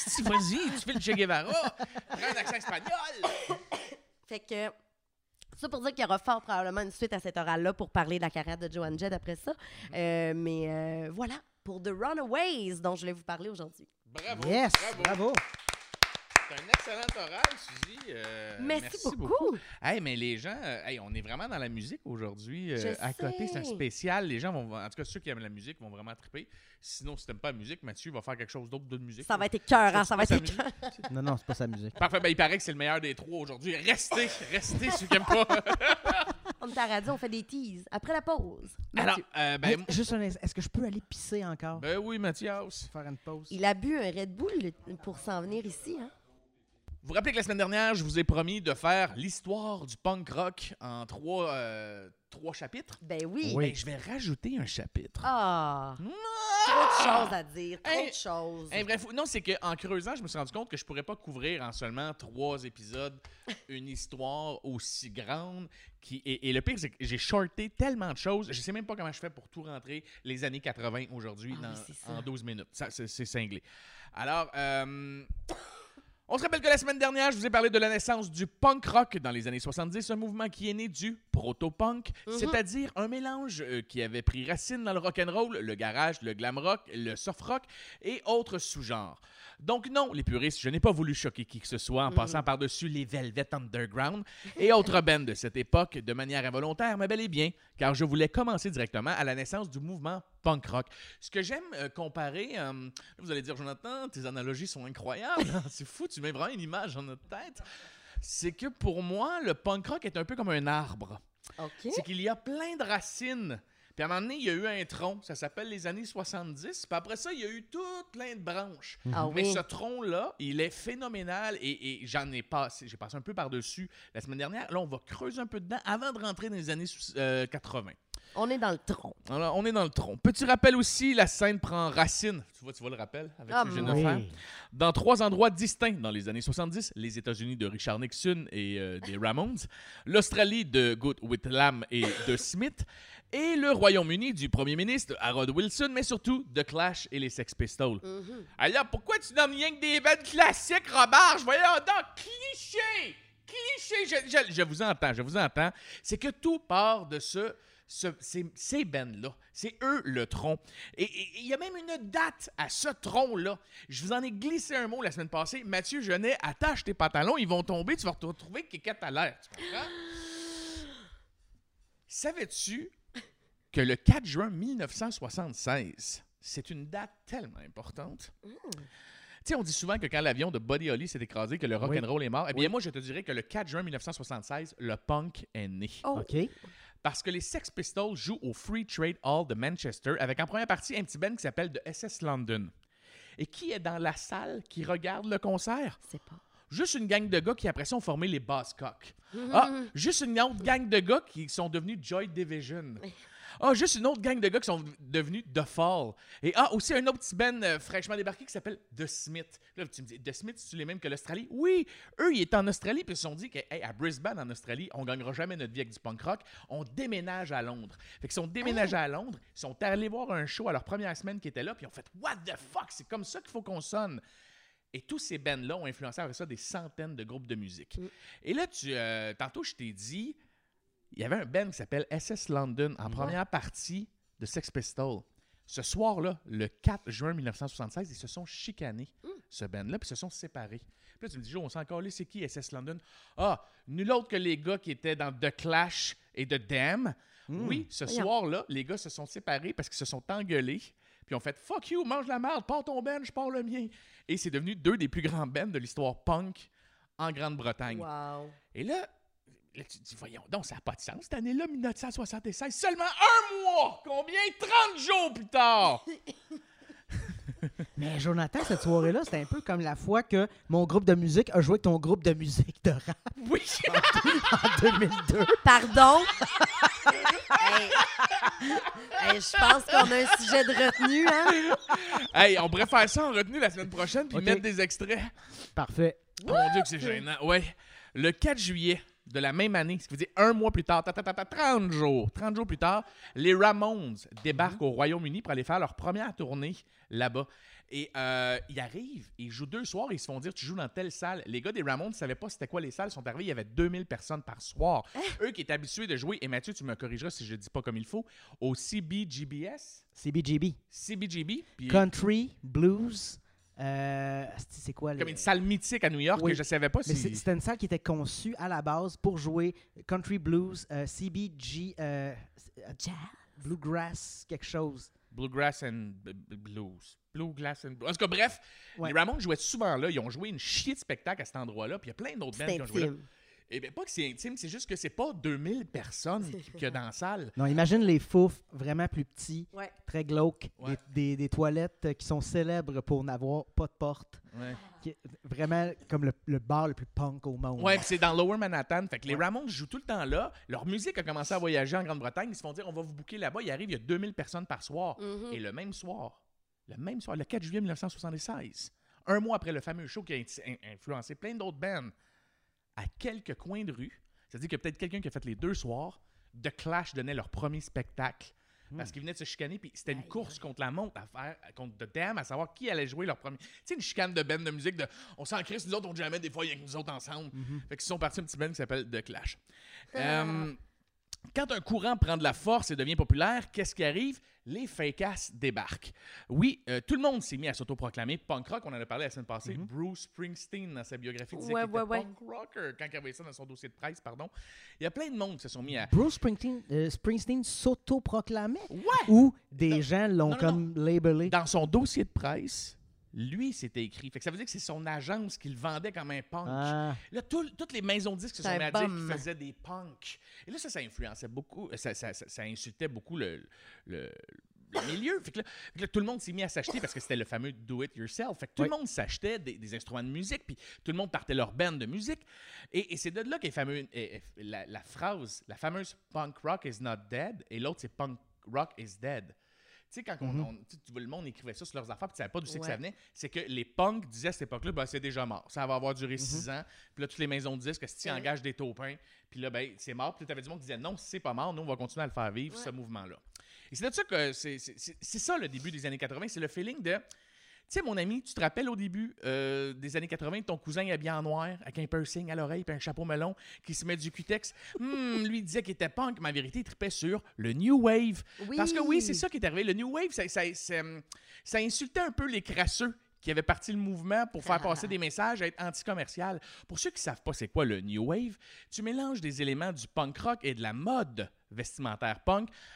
Speaker 1: tu fais le Che Guevara, prends un accent espagnol.
Speaker 3: Fait que... Ça pour dire qu'il y aura fort probablement une suite à cet oral-là pour parler de la carrière de Joan Jett après ça. Mais voilà, pour The Runaways dont je voulais vous parler aujourd'hui.
Speaker 1: Bravo,
Speaker 2: Yes, bravo.
Speaker 1: C'est un excellent oral, Suzy.
Speaker 3: Merci beaucoup.
Speaker 1: Hey, mais les gens, on est vraiment dans la musique aujourd'hui.
Speaker 3: Je
Speaker 1: À côté,
Speaker 3: sais.
Speaker 1: c'est un spécial. Les gens vont, en tout cas, ceux qui aiment la musique vont vraiment triper. Sinon, si t'aimes pas la musique, Mathieu va faire quelque chose d'autre de musique.
Speaker 3: Ça va être écœurant, ça va être
Speaker 1: sa
Speaker 3: écœurant.
Speaker 2: Non, c'est pas sa musique.
Speaker 1: Parfait, il paraît que c'est le meilleur des trois aujourd'hui. Restez ceux qui n'aiment pas.
Speaker 3: On est à la radio, on fait des teases. Après la pause,
Speaker 1: Alors,
Speaker 3: Mathieu,
Speaker 2: Hey, juste est-ce que je peux aller pisser encore?
Speaker 1: ben oui, Mathias.
Speaker 2: Faire une pause?
Speaker 3: il a bu un Red Bull pour s'en venir ici. Hein?
Speaker 1: Vous vous rappelez que la semaine dernière, je vous ai promis de faire l'histoire du punk rock en trois chapitres?
Speaker 3: Ben oui.
Speaker 2: Oui.
Speaker 1: Ben, je vais rajouter un chapitre.
Speaker 3: Ah, trop de choses à dire, trop
Speaker 1: Hey,
Speaker 3: de choses.
Speaker 1: Bref, non, c'est qu'en creusant, je me suis rendu compte que je pourrais pas couvrir en seulement 3 épisodes une histoire aussi grande. Et le pire, c'est que j'ai shorté tellement de choses. Je sais même pas comment je fais pour tout rentrer les années 80 aujourd'hui
Speaker 3: Ah oui, c'est ça.
Speaker 1: en 12 minutes. C'est cinglé. Alors, on se rappelle que la semaine dernière, je vous ai parlé de la naissance du punk rock dans les années 70, un mouvement qui est né du proto-punk, c'est-à-dire un mélange qui avait pris racine dans le rock'n'roll, le garage, le glam rock, le soft rock et autres sous-genres. Donc non, les puristes, je n'ai pas voulu choquer qui que ce soit en passant par-dessus les Velvet Underground et autres bands de cette époque de manière involontaire, mais bel et bien, car je voulais commencer directement à la naissance du mouvement punk rock. Ce que j'aime comparer, vous allez dire, Jonathan, tes analogies sont incroyables, c'est fou, tu mets vraiment une image dans notre tête. C'est que pour moi, le punk rock est un peu comme un arbre.
Speaker 3: OK.
Speaker 1: C'est qu'il y a plein de racines. Puis à un moment donné, il y a eu un tronc, ça s'appelle les années 70. Puis après ça, il y a eu tout plein de branches.
Speaker 3: Ah
Speaker 1: Mais
Speaker 3: oui.
Speaker 1: ce tronc-là, il est phénoménal et j'en ai passé. J'ai passé un peu par-dessus la semaine dernière. Là, on va creuser un peu dedans avant de rentrer dans les années 80.
Speaker 3: On est dans le tronc.
Speaker 1: Alors, on est dans le tronc. Petit rappel aussi, la scène prend racine. Tu vois le rappel avec ce que je viens de faire? Dans 3 endroits distincts dans les années 70, les États-Unis de Richard Nixon et des Ramones, l'Australie de Good Whitlam et de Smith, et le Royaume-Uni du premier ministre Harold Wilson, mais surtout The Clash et les Sex Pistols. Alors, pourquoi tu nommes rien que des bandes classiques, Robert? Je voyais donc cliché! Je vous entends. C'est que tout part de ces bands-là. C'est eux le tronc. Et il y a même une date à ce tronc-là. Je vous en ai glissé un mot la semaine passée. Mathieu Genet, attache tes pantalons, ils vont tomber, tu vas te retrouver kékette à l'air. Tu comprends? Savais-tu que le 4 juin 1976, c'est une date tellement importante? sais, on dit souvent que quand l'avion de Buddy Holly s'est écrasé, que le rock'n'roll est mort. Eh bien, moi, je te dirais que le 4 juin 1976, le punk est né.
Speaker 3: Oh.
Speaker 2: OK.
Speaker 1: Parce que les Sex Pistols jouent au Free Trade Hall de Manchester avec en première partie un petit band qui s'appelle The SS London. Et qui est dans la salle qui regarde le concert?
Speaker 3: C'est pas.
Speaker 1: Juste une gang de gars qui, après ça, ont formé les Buzzcocks. Ah, juste une autre gang de gars qui sont devenus Joy Division. Ah, juste une autre gang de gars qui sont devenus The Fall. Et aussi un autre petit band fraîchement débarqué qui s'appelle The Smith. Là, tu me dis, The Smith, c'est les mêmes que l'Australie? Oui! Eux, ils étaient en Australie, puis ils se sont dit qu'à Brisbane, en Australie, on gagnera jamais notre vie avec du punk rock. On déménage à Londres. Fait qu'ils sont déménagés à Londres, ils sont allés voir un show à leur première semaine qui était là, puis ils ont fait « What the fuck? C'est comme ça qu'il faut qu'on sonne! » Et tous ces bands-là ont influencé avec ça des centaines de groupes de musique. Et là, tantôt, je t'ai dit, il y avait un band qui s'appelle SS London en première partie de Sex Pistols. Ce soir-là, le 4 juin 1976, ils se sont chicanés, ce band-là, puis se sont séparés. Puis là, tu me dis, Joe, on s'est encore c'est qui SS London? Ah, nul autre que les gars qui étaient dans The Clash et The Damned. Oui, ce soir-là, les gars se sont séparés parce qu'ils se sont engueulés. Puis on fait « Fuck you, mange la merde, pars ton band, je pars le mien. » Et c'est devenu 2 des plus grands bands de l'histoire punk en Grande-Bretagne.
Speaker 3: Wow.
Speaker 1: Et là, tu te dis « Voyons donc, ça n'a pas de sens, cette année-là, 1976. Seulement un mois! Combien? 30 jours plus tard! »
Speaker 2: Mais Jonathan, cette soirée-là, c'était un peu comme la fois que mon groupe de musique a joué avec ton groupe de musique de rap
Speaker 1: Oui!
Speaker 2: en 2002.
Speaker 3: Pardon? Hey, je pense qu'on a un sujet de retenue, hein?
Speaker 1: Hey, on pourrait faire ça en retenue la semaine prochaine puis
Speaker 2: OK.
Speaker 1: mettre des extraits.
Speaker 2: Parfait.
Speaker 1: Oh mon Dieu que c'est gênant. Ouais. Le 4 juillet de la même année, ce qui veut dire un mois plus tard, 30 jours plus tard, les Ramones débarquent au Royaume-Uni pour aller faire leur première tournée là-bas. Et ils arrivent, ils jouent 2 soirs et ils se font dire « Tu joues dans telle salle ». Les gars des Ramones ne savaient pas c'était quoi les salles. Ils sont arrivés, il y avait 2000 personnes par soir. Eux qui étaient habitués de jouer, et Mathieu, tu me corrigeras si je ne dis pas comme il faut, au CBGBS.
Speaker 2: CBGB.
Speaker 1: CBGB. Puis
Speaker 2: Country, blues. C'est quoi?
Speaker 1: comme une salle mythique à New York que je ne savais pas
Speaker 2: Mais
Speaker 1: si...
Speaker 2: c'était une salle qui était conçue à la base pour jouer country blues, CBG,
Speaker 3: Jazz.
Speaker 2: bluegrass, quelque chose.
Speaker 1: Bluegrass and Blues. Bluegrass and Blues. En tout cas, bref,
Speaker 2: Ouais.
Speaker 1: les Ramones jouaient souvent là. Ils ont joué une chier de spectacle à cet endroit-là. Puis il y a plein d'autres bands
Speaker 3: C'est
Speaker 1: qui ont joué là.
Speaker 3: intime.
Speaker 1: Et bien, pas que c'est intime, c'est juste que c'est pas 2000 personnes qu'il y a dans la salle.
Speaker 2: Non, imagine les fouf vraiment plus petits,
Speaker 3: Ouais.
Speaker 2: très glauques,
Speaker 1: Ouais.
Speaker 2: des toilettes qui sont célèbres pour n'avoir pas de porte.
Speaker 1: Ouais.
Speaker 2: Vraiment comme le bar le plus punk au monde.
Speaker 1: Ouais, puis c'est dans Lower Manhattan. Fait que les Ramones jouent tout le temps là. Leur musique a commencé à voyager en Grande-Bretagne. Ils se font dire, on va vous booker là-bas. Ils arrivent, il y a 2000 personnes par soir. Et le même soir, le 4 juillet 1976, un mois après le fameux show qui a influencé plein d'autres bands, à quelques coins de rue, c'est-à-dire qu'il y a peut-être quelqu'un qui a fait les 2 soirs, The Clash donnait leur premier spectacle. Parce qu'ils venaient de se chicaner, puis c'était une course contre la montre à faire, contre The Damned, à savoir qui allait jouer leur premier. Tu sais, une chicane de band de musique de on s'en crisse, nous autres, on jamais des fois, il y a que nous autres ensemble. Fait qu'ils sont partis un petit band qui s'appelle The Clash. Quand un courant prend de la force et devient populaire, qu'est-ce qui arrive? Les fake-ass débarquent. Oui, tout le monde s'est mis à s'autoproclamer punk rock. On en a parlé la semaine passée. Bruce Springsteen, dans sa biographie, disait qu'il était punk rocker quand il avait ça dans son dossier de presse, pardon. Il y a plein de monde qui se sont mis à...
Speaker 2: Bruce Springsteen s'autoproclamait?
Speaker 1: Ouais!
Speaker 2: Ou des gens l'ont comme labelé?
Speaker 1: Dans son dossier de presse, lui, c'était écrit. Fait que ça veut dire que c'est son agence qui le vendait comme un punk.
Speaker 2: Ah.
Speaker 1: Là, toutes les maisons de disques se sont
Speaker 3: C'est
Speaker 1: mis
Speaker 3: un
Speaker 1: à dire
Speaker 3: bum.
Speaker 1: qu'ils faisaient des punks. Et là, ça influençait beaucoup, ça insultait beaucoup le milieu. Fait que là, tout le monde s'est mis à s'acheter parce que c'était le fameux do it yourself. Fait que tout le monde s'achetait des instruments de musique, puis tout le monde partait leur band de musique. Et c'est de là qu'est la phrase, la fameuse punk rock is not dead, et l'autre c'est punk rock is dead. Tu sais, quand tu vois le monde écrivait ça sur leurs affaires, puis tu savais pas d'où c'est que ça venait, c'est que les punks disaient à cette époque-là, ben, c'est déjà mort. Ça va avoir duré 6 ans. Puis là, toutes les maisons de disques, si tu engagent des taupins, puis là, ben, c'est mort. Puis là, tu avais du monde qui disait non, c'est pas mort, nous, on va continuer à le faire vivre, ce mouvement-là. Et c'est de ça que c'est ça le début des années 80. C'est le feeling de. Tu sais, mon ami, tu te rappelles au début des années 80, ton cousin habillé en noir, avec un piercing à l'oreille et un chapeau melon, qui se met du cutex. Lui, il disait qu'il était punk, mais en vérité, il tripait sur le New Wave.
Speaker 3: Oui.
Speaker 1: Parce que oui, c'est ça qui est arrivé. Le New Wave, ça insultait un peu les crasseux qui avaient parti le mouvement pour faire passer des messages à être anti-commercial. Pour ceux qui ne savent pas c'est quoi le New Wave, tu mélanges des éléments du punk rock et de la mode vestimentaire punk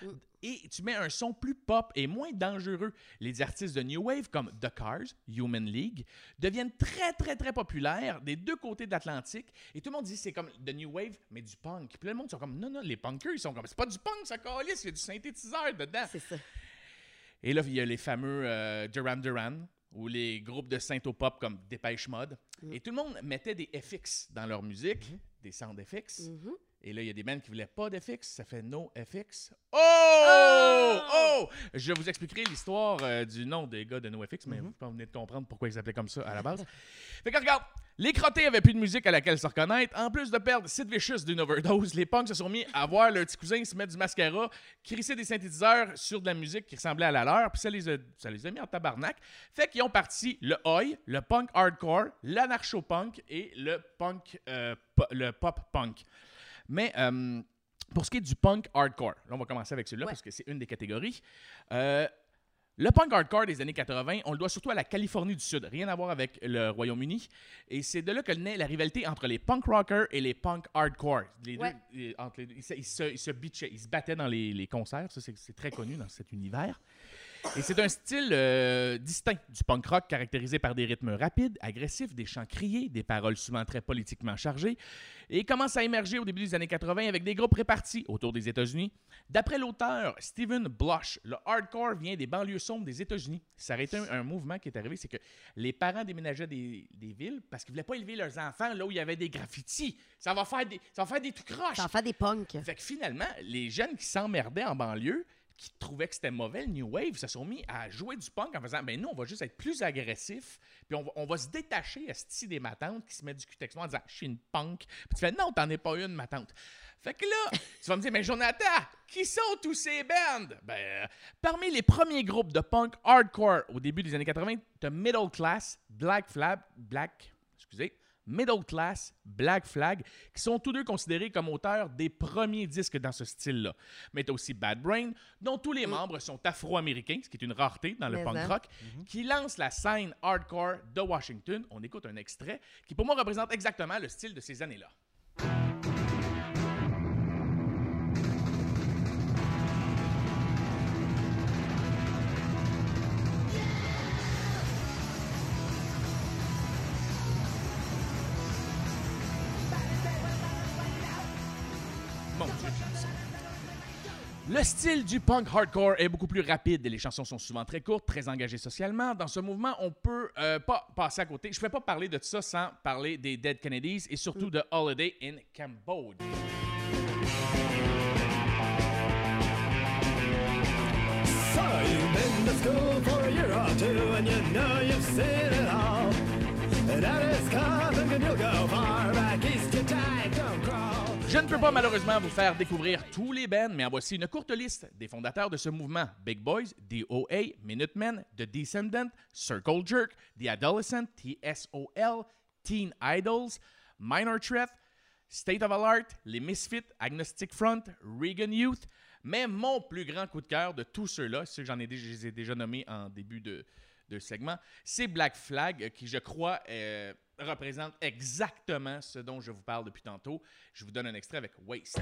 Speaker 1: et tu mets un son plus pop et moins dangereux. Les artistes de New Wave comme The Cars, Human League, deviennent très, très, très populaires des deux côtés de l'Atlantique et tout le monde dit c'est comme The New Wave, mais du punk. Puis là, le monde sont comme non, les punkers, ils sont comme c'est pas du punk, ça calisse, il y a du synthétiseur dedans.
Speaker 3: C'est ça.
Speaker 1: Et là, il y a les fameux Duran Duran ou les groupes de synthopop comme Dépêche Mode. Et tout le monde mettait des FX dans leur musique, des sound FX. Et là, il y a des bands qui voulaient pas d'FX, ça fait no FX. Oh! Je vous expliquerai l'histoire du nom des gars de NoFX, mais vous venez de comprendre pourquoi ils s'appelaient comme ça à la base. Fait que regarde, les crottés avaient plus de musique à laquelle se reconnaître. En plus de perdre Sid Vicious d'une overdose, les punks se sont mis à voir leur petit cousin se mettre du mascara, crisser des synthétiseurs sur de la musique qui ressemblait à la leur, puis ça les a mis en tabarnak. Fait qu'ils ont parti le oi, le punk hardcore, l'anarcho-punk et le punk, le pop-punk. Mais pour ce qui est du punk hardcore, là on va commencer avec celui-là parce que c'est une des catégories. Le punk hardcore des années 80, on le doit surtout à la Californie du Sud, rien à voir avec le Royaume-Uni. Et c'est de là que naît la rivalité entre les punk rockers et les punk hardcore. Les deux, ils se bitchaient, ils se battaient dans les concerts, ça c'est très connu dans cet univers. Et c'est un style distinct du punk rock caractérisé par des rythmes rapides, agressifs, des chants criés, des paroles souvent très politiquement chargées, et commence à émerger au début des années 80 avec des groupes répartis autour des États-Unis. D'après l'auteur Stephen Blush, le hardcore vient des banlieues sombres des États-Unis. Ça aurait été un mouvement qui est arrivé, c'est que les parents déménageaient des villes parce qu'ils ne voulaient pas élever leurs enfants là où il y avait des graffitis. Ça va faire des tout croches.
Speaker 3: Ça va faire des punks.
Speaker 1: Fait que finalement, les jeunes qui s'emmerdaient en banlieue, qui trouvaient que c'était mauvais, le New Wave, se sont mis à jouer du punk en faisant « Ben nous, on va juste être plus agressifs, puis on va se détacher esti des matantes qui se mettent du cul en disant « Je suis une punk. » Puis tu fais « Non, t'en es pas une, ma tante. » Fait que là, tu vas me dire « Mais Jonathan, qui sont tous ces bands? » Ben, parmi les premiers groupes de punk hardcore au début des années 80, t'as Middle Class, Middle Class, Black Flag, qui sont tous deux considérés comme auteurs des premiers disques dans ce style-là. Mais tu as aussi Bad Brain, dont tous les membres sont afro-américains, ce qui est une rareté dans le punk rock, qui lance la scène hardcore de Washington. On écoute un extrait qui, pour moi, représente exactement le style de ces années-là. Le style du punk hardcore est beaucoup plus rapide et les chansons sont souvent très courtes, très engagées socialement. Dans ce mouvement, on peut pas passer à côté. Je ne vais pas parler de ça sans parler des Dead Kennedys et surtout de Holiday in Cambodia. So you've been to school for a year or two and you know you've seen it all. And that is coming and you'll go far back east to die, don't crawl. Je ne peux pas malheureusement vous faire découvrir tous les bands, mais en voici une courte liste des fondateurs de ce mouvement. Big Boys, DOA, Minutemen, The Descendants, Circle Jerk, The Adolescent, TSOL, Teen Idols, Minor Threat, State of Alert, Les Misfits, Agnostic Front, Reagan Youth. Mais mon plus grand coup de cœur de tous ceux-là, ceux que je les ai déjà nommés en début de segment, c'est Black Flag, qui, je crois, représente exactement ce dont je vous parle depuis tantôt. Je vous donne un extrait avec Waste.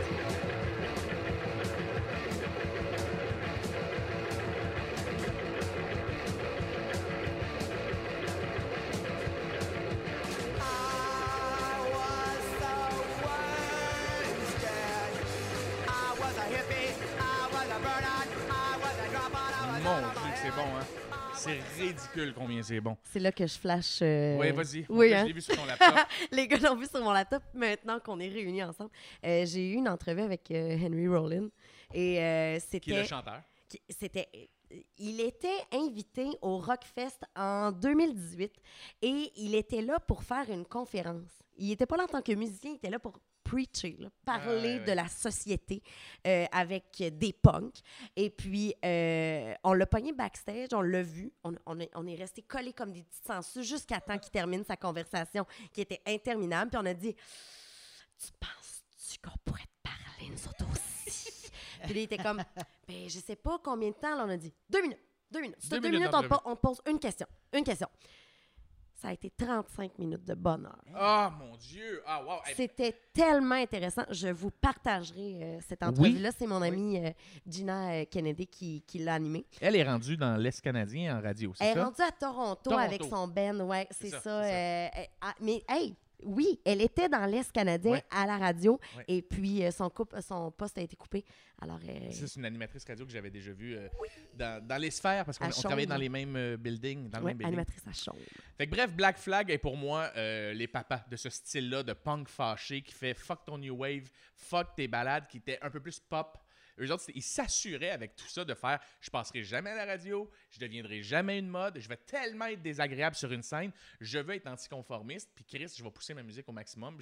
Speaker 1: Mon Dieu, c'est bon, hein? C'est ridicule combien c'est bon.
Speaker 3: C'est là que je flash.
Speaker 1: Oui, vas-y.
Speaker 3: Oui,
Speaker 1: Je l'ai vu sur ton laptop.
Speaker 3: Les gars l'ont vu sur mon laptop maintenant qu'on est réunis ensemble. J'ai eu une entrevue avec Henry Rollin. Et c'était...
Speaker 1: Qui est le chanteur.
Speaker 3: Il était invité au Rockfest en 2018 et il était là pour faire une conférence. Il n'était pas là en tant que musicien, il était là pour preacher, là, parler de la société avec des punks. Et puis, on l'a pogné backstage, on l'a vu, on est resté collés comme des petites sangsues jusqu'à temps qu'il termine sa conversation qui était interminable. Puis on a dit, tu penses-tu qu'on pourrait te parler, nous autres aussi? Puis là, il était comme, ben, je sais pas combien de temps. Là, on a dit 2 minutes. Si t'as 2 minutes, on te pose une question. Ça a été 35 minutes de bonheur.
Speaker 1: Ah, mon Dieu! Ah, wow! Hey,
Speaker 3: C'était tellement intéressant. Je vous partagerai cette entrevue-là. C'est mon amie Gina Kennedy qui l'a animée.
Speaker 1: elle est rendue dans l'Est canadien en radio, c'est
Speaker 3: Elle est
Speaker 1: ça?
Speaker 3: rendue à Toronto avec son band. Ouais, c'est ça. Mais hey, oui, elle était dans l'Est canadien à la radio et puis son poste a été coupé. Alors,
Speaker 1: Ça, c'est une animatrice radio que j'avais déjà vue dans les sphères parce qu'on travaillait dans les mêmes buildings. Dans le même building.
Speaker 3: Animatrice à Chaume.
Speaker 1: Fait que bref, Black Flag est pour moi les papas de ce style-là de punk fâché qui fait fuck ton new wave, fuck tes balades qui étaient un peu plus pop. Eux autres, ils s'assuraient avec tout ça de faire je passerai jamais à la radio, je deviendrai jamais une mode, je vais tellement être désagréable sur une scène, je veux être anticonformiste, puis Chris, je vais pousser ma musique au maximum.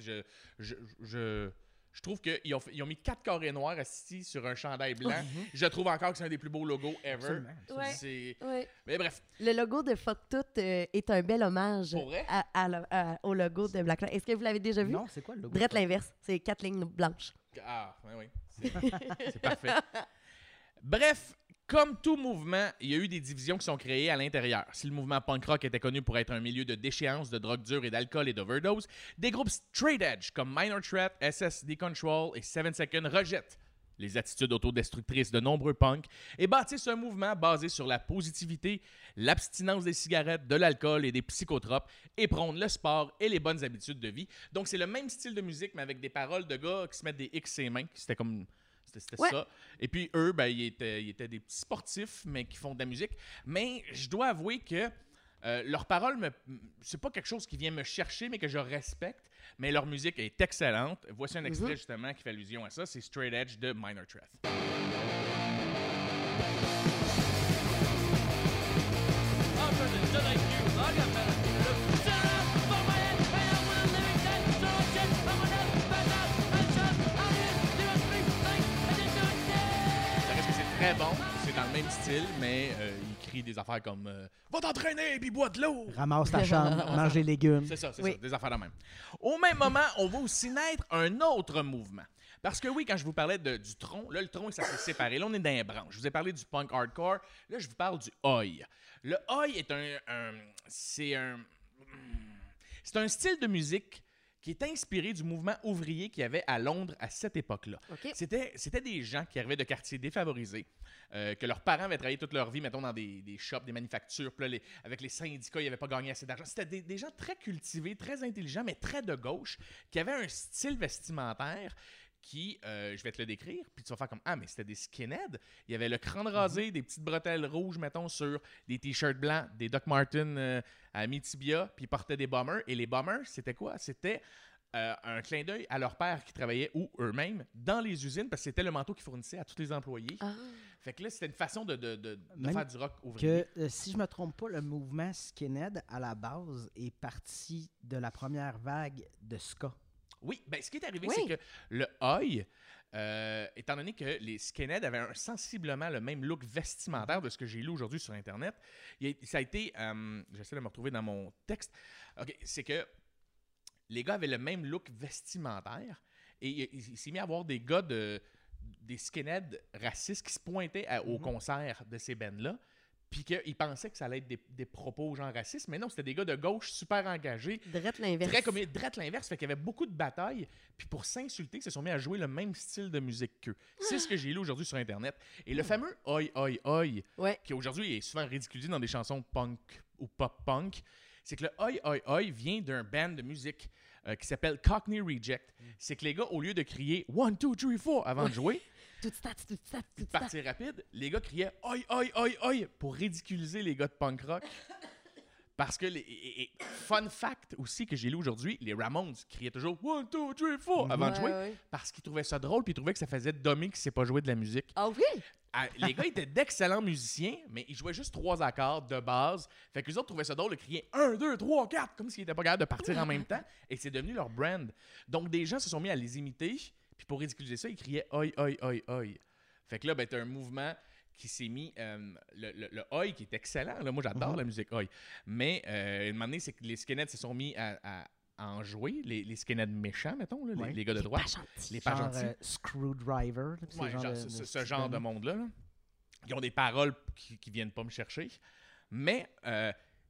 Speaker 1: Je trouve qu'ils ont mis 4 carrés noirs assis sur un chandail blanc. Je trouve encore que c'est un des plus beaux logos ever.
Speaker 3: Ouais.
Speaker 1: Mais bref.
Speaker 3: Le logo de Fuck Tout est un bel hommage au logo de Black Flag. Est-ce que vous l'avez déjà vu?
Speaker 2: Non, c'est quoi le logo?
Speaker 3: Drette l'inverse. C'est 4 lignes blanches.
Speaker 1: Ah, oui. C'est parfait. Bref, comme tout mouvement, il y a eu des divisions qui sont créées à l'intérieur. Si le mouvement punk rock était connu pour être un milieu de déchéance, de drogue dure et d'alcool et d'overdose, des groupes straight edge comme Minor Threat, SSD Control et 7 Seconds rejettent les attitudes autodestructrices de nombreux punks et bâtissent un mouvement basé sur la positivité, l'abstinence des cigarettes, de l'alcool et des psychotropes et prônent le sport et les bonnes habitudes de vie. Donc, c'est le même style de musique, mais avec des paroles de gars qui se mettent des X ses mains. C'était ça. Et puis, eux, ils étaient des petits sportifs, mais qui font de la musique. Mais je dois avouer que leurs paroles, c'est pas quelque chose qui vient me chercher, mais que je respecte. Mais leur musique est excellente. Voici un extrait, justement, qui fait allusion à ça. C'est Straight Edge de Minor Threat. Très bon, c'est dans le même style, mais il crie des affaires comme va t'entraîner puis bois de l'eau.
Speaker 2: Ramasse ta chambre, mange des légumes.
Speaker 1: C'est ça, des affaires de même. Au même moment, on va aussi naître un autre mouvement. Parce que oui, quand je vous parlais du tronc, là, le tronc, ça s'est séparé. Là, on est dans les branches. Je vous ai parlé du punk hardcore. Là, je vous parle du oi. Le oi est c'est un style de musique qui est inspiré du mouvement ouvrier qu'il y avait à Londres à cette époque-là.
Speaker 3: Okay.
Speaker 1: C'était des gens qui arrivaient de quartiers défavorisés, que leurs parents avaient travaillé toute leur vie, mettons, dans des shops, des manufactures, puis là, avec les syndicats, ils n'avaient pas gagné assez d'argent. C'était des gens très cultivés, très intelligents, mais très de gauche, qui avaient un style vestimentaire qui, je vais te le décrire, puis tu vas faire comme « Ah, mais c'était des skinheads. » Il y avait le crâne rasé, des petites bretelles rouges, mettons, sur des t-shirts blancs, des Doc Martens à mi-tibia, puis ils portaient des bombers. Et les bombers, c'était quoi? C'était un clin d'œil à leur père qui travaillait, ou eux-mêmes, dans les usines, parce que c'était le manteau qu'ils fournissaient à tous les employés. Ah. Fait que là, c'était une façon de faire du rock ouvrier.
Speaker 2: Si je me trompe pas, le mouvement skinhead, à la base, est parti de la première vague de ska.
Speaker 1: Oui, ce qui est arrivé, c'est que le oi, étant donné que les skinheads avaient sensiblement le même look vestimentaire de ce que j'ai lu aujourd'hui sur Internet, ça a été, j'essaie de me retrouver dans mon texte, c'est que les gars avaient le même look vestimentaire et il s'est mis à avoir des gars des skinheads racistes qui se pointaient au concert de ces bands-là. Puis qu'ils pensaient que ça allait être des propos genre racistes, mais non, c'était des gars de gauche super engagés.
Speaker 3: Drette l'inverse.
Speaker 1: Drette l'inverse, fait qu'il y avait beaucoup de batailles, puis pour s'insulter, ils se sont mis à jouer le même style de musique qu'eux. C'est ce que j'ai lu aujourd'hui sur Internet. Et le fameux « oi, oi, oi », qui aujourd'hui est souvent ridiculisé dans des chansons punk ou pop-punk, c'est que le « oi, oi, oi » vient d'un band de musique qui s'appelle Cockney Reject. C'est que les gars, au lieu de crier « 1, 2, 3, 4 » avant de jouer, partir rapide, les gars criaient « oi, oi, oi, oi » pour ridiculiser les gars de punk rock. Parce que, fun fact aussi que j'ai lu aujourd'hui, les Ramones criaient toujours « 1, 2, 3, 4 » avant de jouer, parce qu'ils trouvaient ça drôle, puis ils trouvaient que ça faisait dommer qui ne sait pas jouer de la musique.
Speaker 3: Ah oui?
Speaker 1: Les gars étaient d'excellents musiciens, mais ils jouaient juste 3 accords de base. Fait que les autres trouvaient ça drôle de crier 1, 2, 3, 4, comme s'ils n'étaient pas capables de partir en même temps. Et c'est devenu leur brand. Donc, des gens se sont mis à les imiter. Puis pour ridiculiser ça, ils criaient « oi, oi, oi, oi ». Fait que là, t'as un mouvement qui s'est mis... le oi qui est excellent. Là, moi, j'adore la musique oi. Mais, un moment donné, c'est que les skinheads se sont mis à en jouer. Les skinheads méchants, mettons, là, les gars de droite. Les pas gentils.
Speaker 2: Screwdriver.
Speaker 1: Ce genre de monde-là. Ils ont des paroles qui viennent pas me chercher. Mais, c'est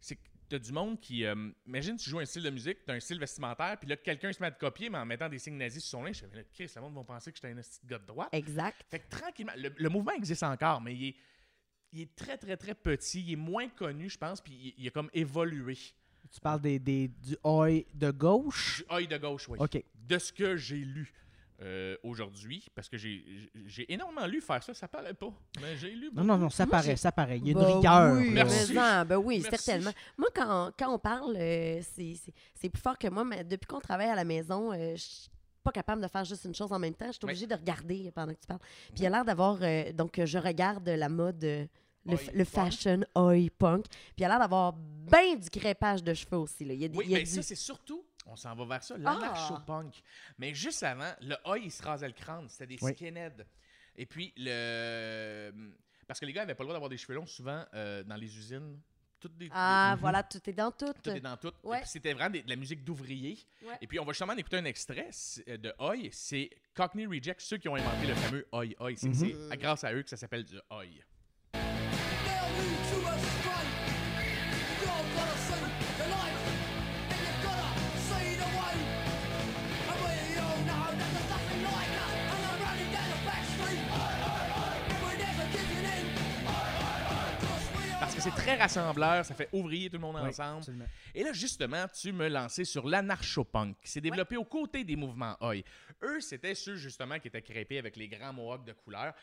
Speaker 1: t'as du monde qui... imagine, tu joues un style de musique, t'as un style vestimentaire, puis là, quelqu'un se met à te copier, mais en mettant des signes nazis sur son linge. Je fais, OK, ça monde va penser que j'étais un petit gars de droite.
Speaker 3: Exact.
Speaker 1: Fait que tranquillement, le mouvement existe encore, mais il est très, très, très petit. Il est moins connu, je pense, puis il a comme évolué.
Speaker 2: Tu parles du Oi de gauche?
Speaker 1: Du œil de gauche, oui.
Speaker 2: OK.
Speaker 1: De ce que j'ai lu aujourd'hui, parce que j'ai énormément lu faire ça paraît pas. Mais j'ai lu beaucoup.
Speaker 2: Non, ça
Speaker 3: Moi,
Speaker 2: paraît, ça paraît. Il y a une
Speaker 3: Ben
Speaker 2: rigueur.
Speaker 3: oui,
Speaker 2: là.
Speaker 1: Merci.
Speaker 3: ben oui,
Speaker 1: Merci.
Speaker 3: certainement. Moi, quand on parle, c'est plus fort que moi, mais depuis qu'on travaille à la maison, je suis pas capable de faire juste une chose en même temps. Je suis obligée de regarder pendant que tu parles. Puis il y a l'air d'avoir... donc, je regarde la mode... le
Speaker 1: Oi
Speaker 3: fashion oi punk. Puis il y a l'air d'avoir bien du crépage de cheveux aussi. Là. Il y a,
Speaker 1: Oui,
Speaker 3: il y a
Speaker 1: mais
Speaker 3: du...
Speaker 1: ça, c'est surtout, on s'en va vers ça, l'anarcho-punk. Mais juste avant, le oi, il se rasait le crâne. C'était des skinheads. Et puis, parce que les gars n'avaient pas le droit d'avoir des cheveux longs, souvent, dans les usines.
Speaker 3: Voilà, tout est dans tout.
Speaker 1: Tout est dans tout.
Speaker 3: Ouais.
Speaker 1: Et puis, c'était vraiment de la musique d'ouvriers.
Speaker 3: Ouais.
Speaker 1: Et puis, on va justement écouter un extrait de oi. C'est Cockney Reject, ceux qui ont inventé le fameux oi. C'est grâce à eux que ça s'appelle du oi. Parce que c'est très rassembleur, ça fait ouvrier tout le monde ensemble.
Speaker 2: Absolument.
Speaker 1: Et là, justement, tu me lançais sur l'anarcho-punk, qui s'est développé aux côtés des mouvements oi. Eux, c'était ceux, justement, qui étaient crêpés avec les grands mohawks de couleur.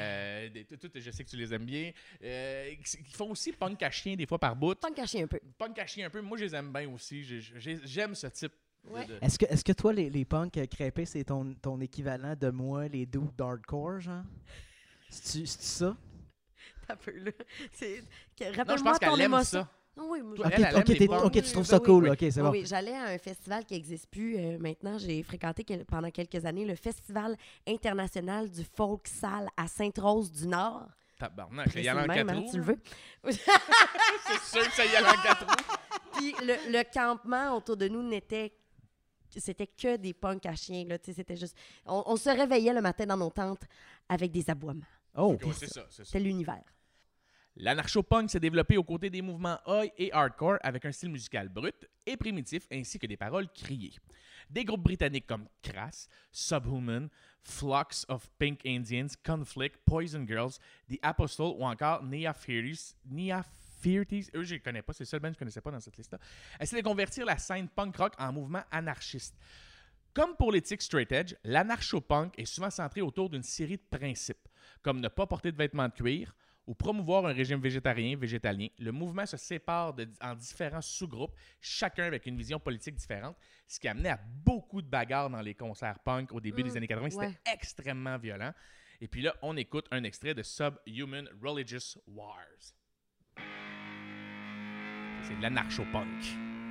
Speaker 1: Je sais que tu les aimes bien. Ils font aussi punk à chien, des fois, par bout.
Speaker 3: Punk caché un peu.
Speaker 1: Punk à chien un peu. Moi, je les aime bien aussi. J'aime ce type
Speaker 3: Ouais.
Speaker 1: de...
Speaker 2: Est-ce que toi, les punks crêpés, c'est ton équivalent de moi, les dudes d'hardcore, genre? C'est ça?
Speaker 3: Un peu, là.
Speaker 1: Non, je
Speaker 3: Rappelle-moi
Speaker 1: pense qu'elle
Speaker 3: ton
Speaker 1: aime
Speaker 3: émotion.
Speaker 1: ça.
Speaker 3: Oui, moi,
Speaker 1: Toi,
Speaker 3: je-
Speaker 1: elle aime les punks.
Speaker 2: OK, tu trouves ça
Speaker 3: Oui,
Speaker 2: cool.
Speaker 1: oui.
Speaker 2: OK, c'est
Speaker 3: Oui,
Speaker 2: bon.
Speaker 3: oui, j'allais à un festival qui n'existe plus maintenant. J'ai fréquenté pendant quelques années le Festival international du folk sale à Sainte-Rose-du-Nord.
Speaker 1: Tabarnak, il y en a en
Speaker 3: C'est le même,
Speaker 1: 4
Speaker 3: hein,
Speaker 1: roues.
Speaker 3: tu le veux?
Speaker 1: C'est sûr que ça y allait en 4 roues.
Speaker 3: Puis le campement autour de nous c'était que des punks à chiens. Là, tu sais, c'était juste... On se réveillait le matin dans nos tentes avec des aboiements.
Speaker 2: Oh,
Speaker 1: Ouais, c'est ça.
Speaker 3: C'était l'univers.
Speaker 1: L'anarcho-punk s'est développé aux côtés des mouvements oi et hardcore avec un style musical brut et primitif ainsi que des paroles criées. Des groupes britanniques comme Crass, Subhuman, Flocks of Pink Indians, Conflict, Poison Girls, The Apostle ou encore Nia Fierties, eux je les connais pas, c'est le seul band que je connaissais pas dans cette liste-là, essaient de convertir la scène punk rock en mouvement anarchiste. Comme pour l'éthique straight edge, l'anarcho-punk est souvent centré autour d'une série de principes, comme ne pas porter de vêtements de cuir ou promouvoir un régime végétalien. Le mouvement se sépare en différents sous-groupes, chacun avec une vision politique différente, ce qui a amené à beaucoup de bagarres dans les concerts punk au début des années 80. C'était
Speaker 3: ouais.
Speaker 1: extrêmement violent. Et puis là, on écoute un extrait de Subhuman Religious Wars. C'est de l'anarcho-punk.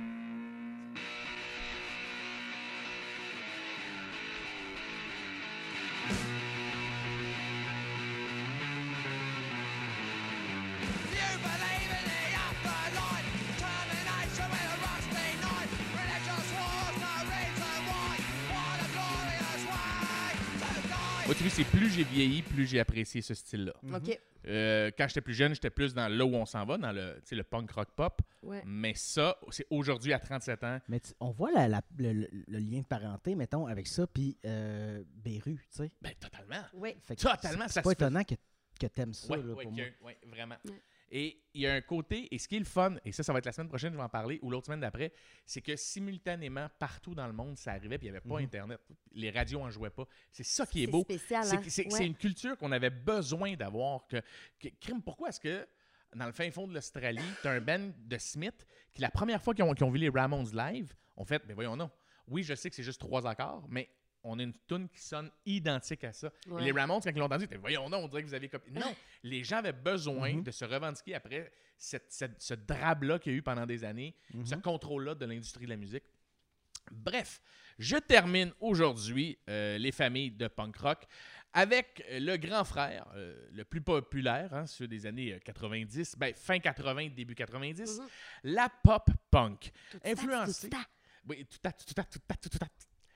Speaker 1: Moi, tu vois, c'est plus j'ai vieilli, plus j'ai apprécié ce style-là.
Speaker 3: OK.
Speaker 1: Quand j'étais plus jeune, j'étais plus dans là où on s'en va, dans le punk rock pop.
Speaker 3: Ouais.
Speaker 1: Mais ça, c'est aujourd'hui à 37 ans.
Speaker 2: Mais on voit le lien de parenté, mettons, avec ça, puis Beru, tu sais.
Speaker 1: Ben, totalement.
Speaker 3: Oui.
Speaker 2: Fait que
Speaker 1: Totalement,
Speaker 2: c'est
Speaker 1: ça
Speaker 2: pas
Speaker 1: se fait.
Speaker 2: étonnant que t'aimes ça,
Speaker 1: Oui,
Speaker 2: là, pour moi.
Speaker 1: vraiment.
Speaker 3: Ouais.
Speaker 1: Et il y a un côté, et ce qui est le fun, et ça va être la semaine prochaine, je vais en parler, ou l'autre semaine d'après, c'est que simultanément, partout dans le monde, ça arrivait, puis il n'y avait pas Internet. Les radios en jouaient pas. C'est ça qui est beau.
Speaker 3: Spécial,
Speaker 1: C'est
Speaker 3: hein?
Speaker 1: c'est
Speaker 3: Ouais.
Speaker 1: une culture qu'on avait besoin d'avoir. Crime, pourquoi est-ce que dans le fin fond de l'Australie, tu as un band de Smith qui, la première fois qu'ils ont vu les Ramones live, ont fait, mais voyons non. Oui, je sais que c'est juste 3 accords, mais on a une tune qui sonne identique à ça.
Speaker 3: Ouais.
Speaker 1: Et les Ramones, quand ils l'ont entendu, ils étaient, voyons non, on dirait que vous avez copié. Non, les gens avaient besoin de se revendiquer après ce drame-là qu'il y a eu pendant des années, ce contrôle-là de l'industrie de la musique. Bref, je termine aujourd'hui les familles de punk rock avec le grand frère, le plus populaire, hein, ceux des années 90, fin 80, début 90, la pop punk. Influencée. Oui, tout à.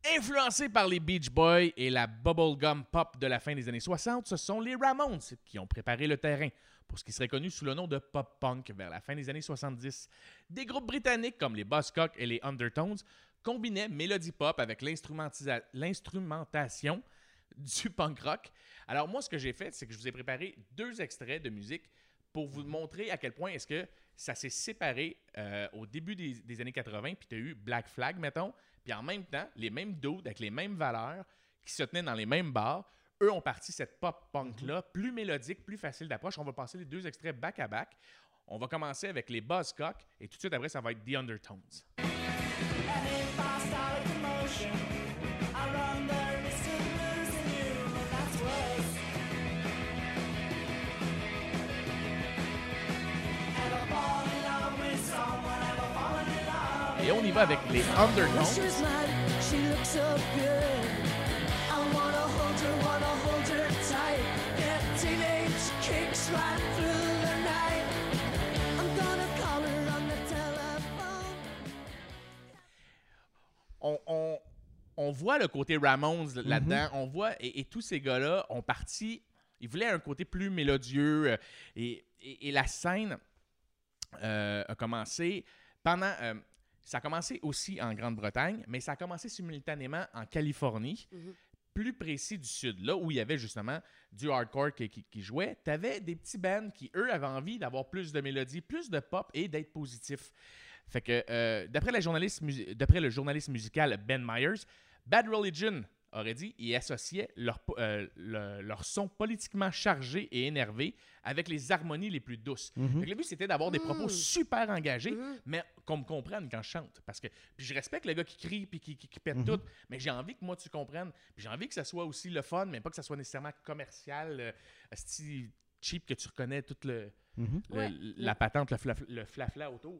Speaker 1: Influencés par les Beach Boys et la bubblegum pop de la fin des années 60, ce sont les Ramones qui ont préparé le terrain pour ce qui serait connu sous le nom de pop-punk vers la fin des années 70. Des groupes britanniques comme les Buzzcocks et les Undertones combinaient mélodie pop avec l'instrumentation du punk rock. Alors moi, ce que j'ai fait, c'est que je vous ai préparé 2 extraits de musique pour vous montrer à quel point est-ce que ça s'est séparé au début des années 80, puis tu as eu Black Flag, mettons, puis en même temps, les mêmes dudes avec les mêmes valeurs qui se tenaient dans les mêmes bars, eux ont parti cette pop-punk-là, plus mélodique, plus facile d'approche. On va passer les 2 extraits back-à-back. On va commencer avec les Buzzcocks, et tout de suite après, ça va être The Undertones. Et on y va avec les Undertones. On voit le côté Ramones là-dedans. On voit, et tous ces gars-là ont parti. Ils voulaient un côté plus mélodieux. Et la scène a commencé pendant. Ça a commencé aussi en Grande-Bretagne, mais ça a commencé simultanément en Californie, plus précis du Sud, là où il y avait justement du hardcore qui jouait. Tu avais des petits bands qui, eux, avaient envie d'avoir plus de mélodie, plus de pop et d'être positifs. Fait que, d'après le journaliste musical Ben Myers, Bad Religion aurait dit qu'ils associaient leur son politiquement chargé et énervé avec les harmonies les plus douces. Fait que le but, c'était d'avoir des propos super engagés, mais qu'on me comprenne quand je chante. Parce que puis je respecte le gars qui crie puis qui pète tout, mais j'ai envie que moi, tu comprennes. Puis j'ai envie que ça soit aussi le fun, mais pas que ça soit nécessairement commercial, style cheap, que tu reconnais toute la patente, le flafla autour.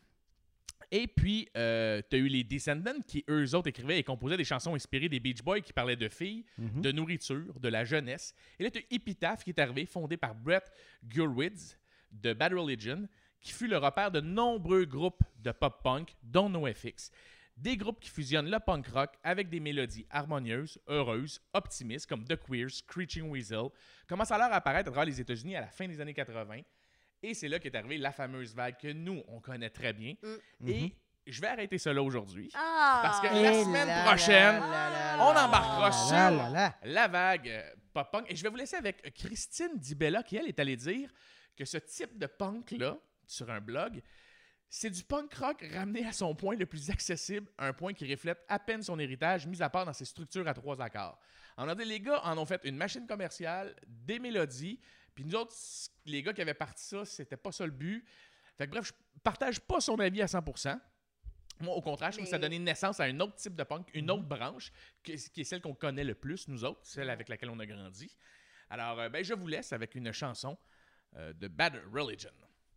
Speaker 1: Et puis, tu as eu les Descendants qui, eux autres, écrivaient et composaient des chansons inspirées des Beach Boys qui parlaient de filles, de nourriture, de la jeunesse. Et là, tu as Epitaph qui est arrivé, fondé par Brett Gurewitz de Bad Religion, qui fut le repère de nombreux groupes de pop-punk, dont NoFX. Des groupes qui fusionnent le punk rock avec des mélodies harmonieuses, heureuses, optimistes, comme The Queers, Screeching Weasel, commencent alors à apparaître à travers les États-Unis à la fin des années 80. Et c'est là qu'est arrivée la fameuse vague que nous, on connaît très bien. Et je vais arrêter ça là aujourd'hui. Parce que la semaine prochaine, on embarquera sur la vague pop-punk. Et je vais vous laisser avec Christine Dibella, qui, elle, est allée dire que ce type de punk-là, sur un blog, c'est du punk rock ramené à son point le plus accessible, un point qui reflète à peine son héritage, mis à part dans ses structures à 3 accords. On a dit, les gars en ont fait une machine commerciale, des mélodies. Puis nous autres, les gars qui avaient parti ça, c'était pas ça le but. Fait que bref, je partage pas son avis à 100%. Moi, au contraire, je trouve que ça a donné naissance à un autre type de punk, une autre branche, qui est celle qu'on connaît le plus, nous autres, celle avec laquelle on a grandi. Alors, je vous laisse avec une chanson de Bad Religion.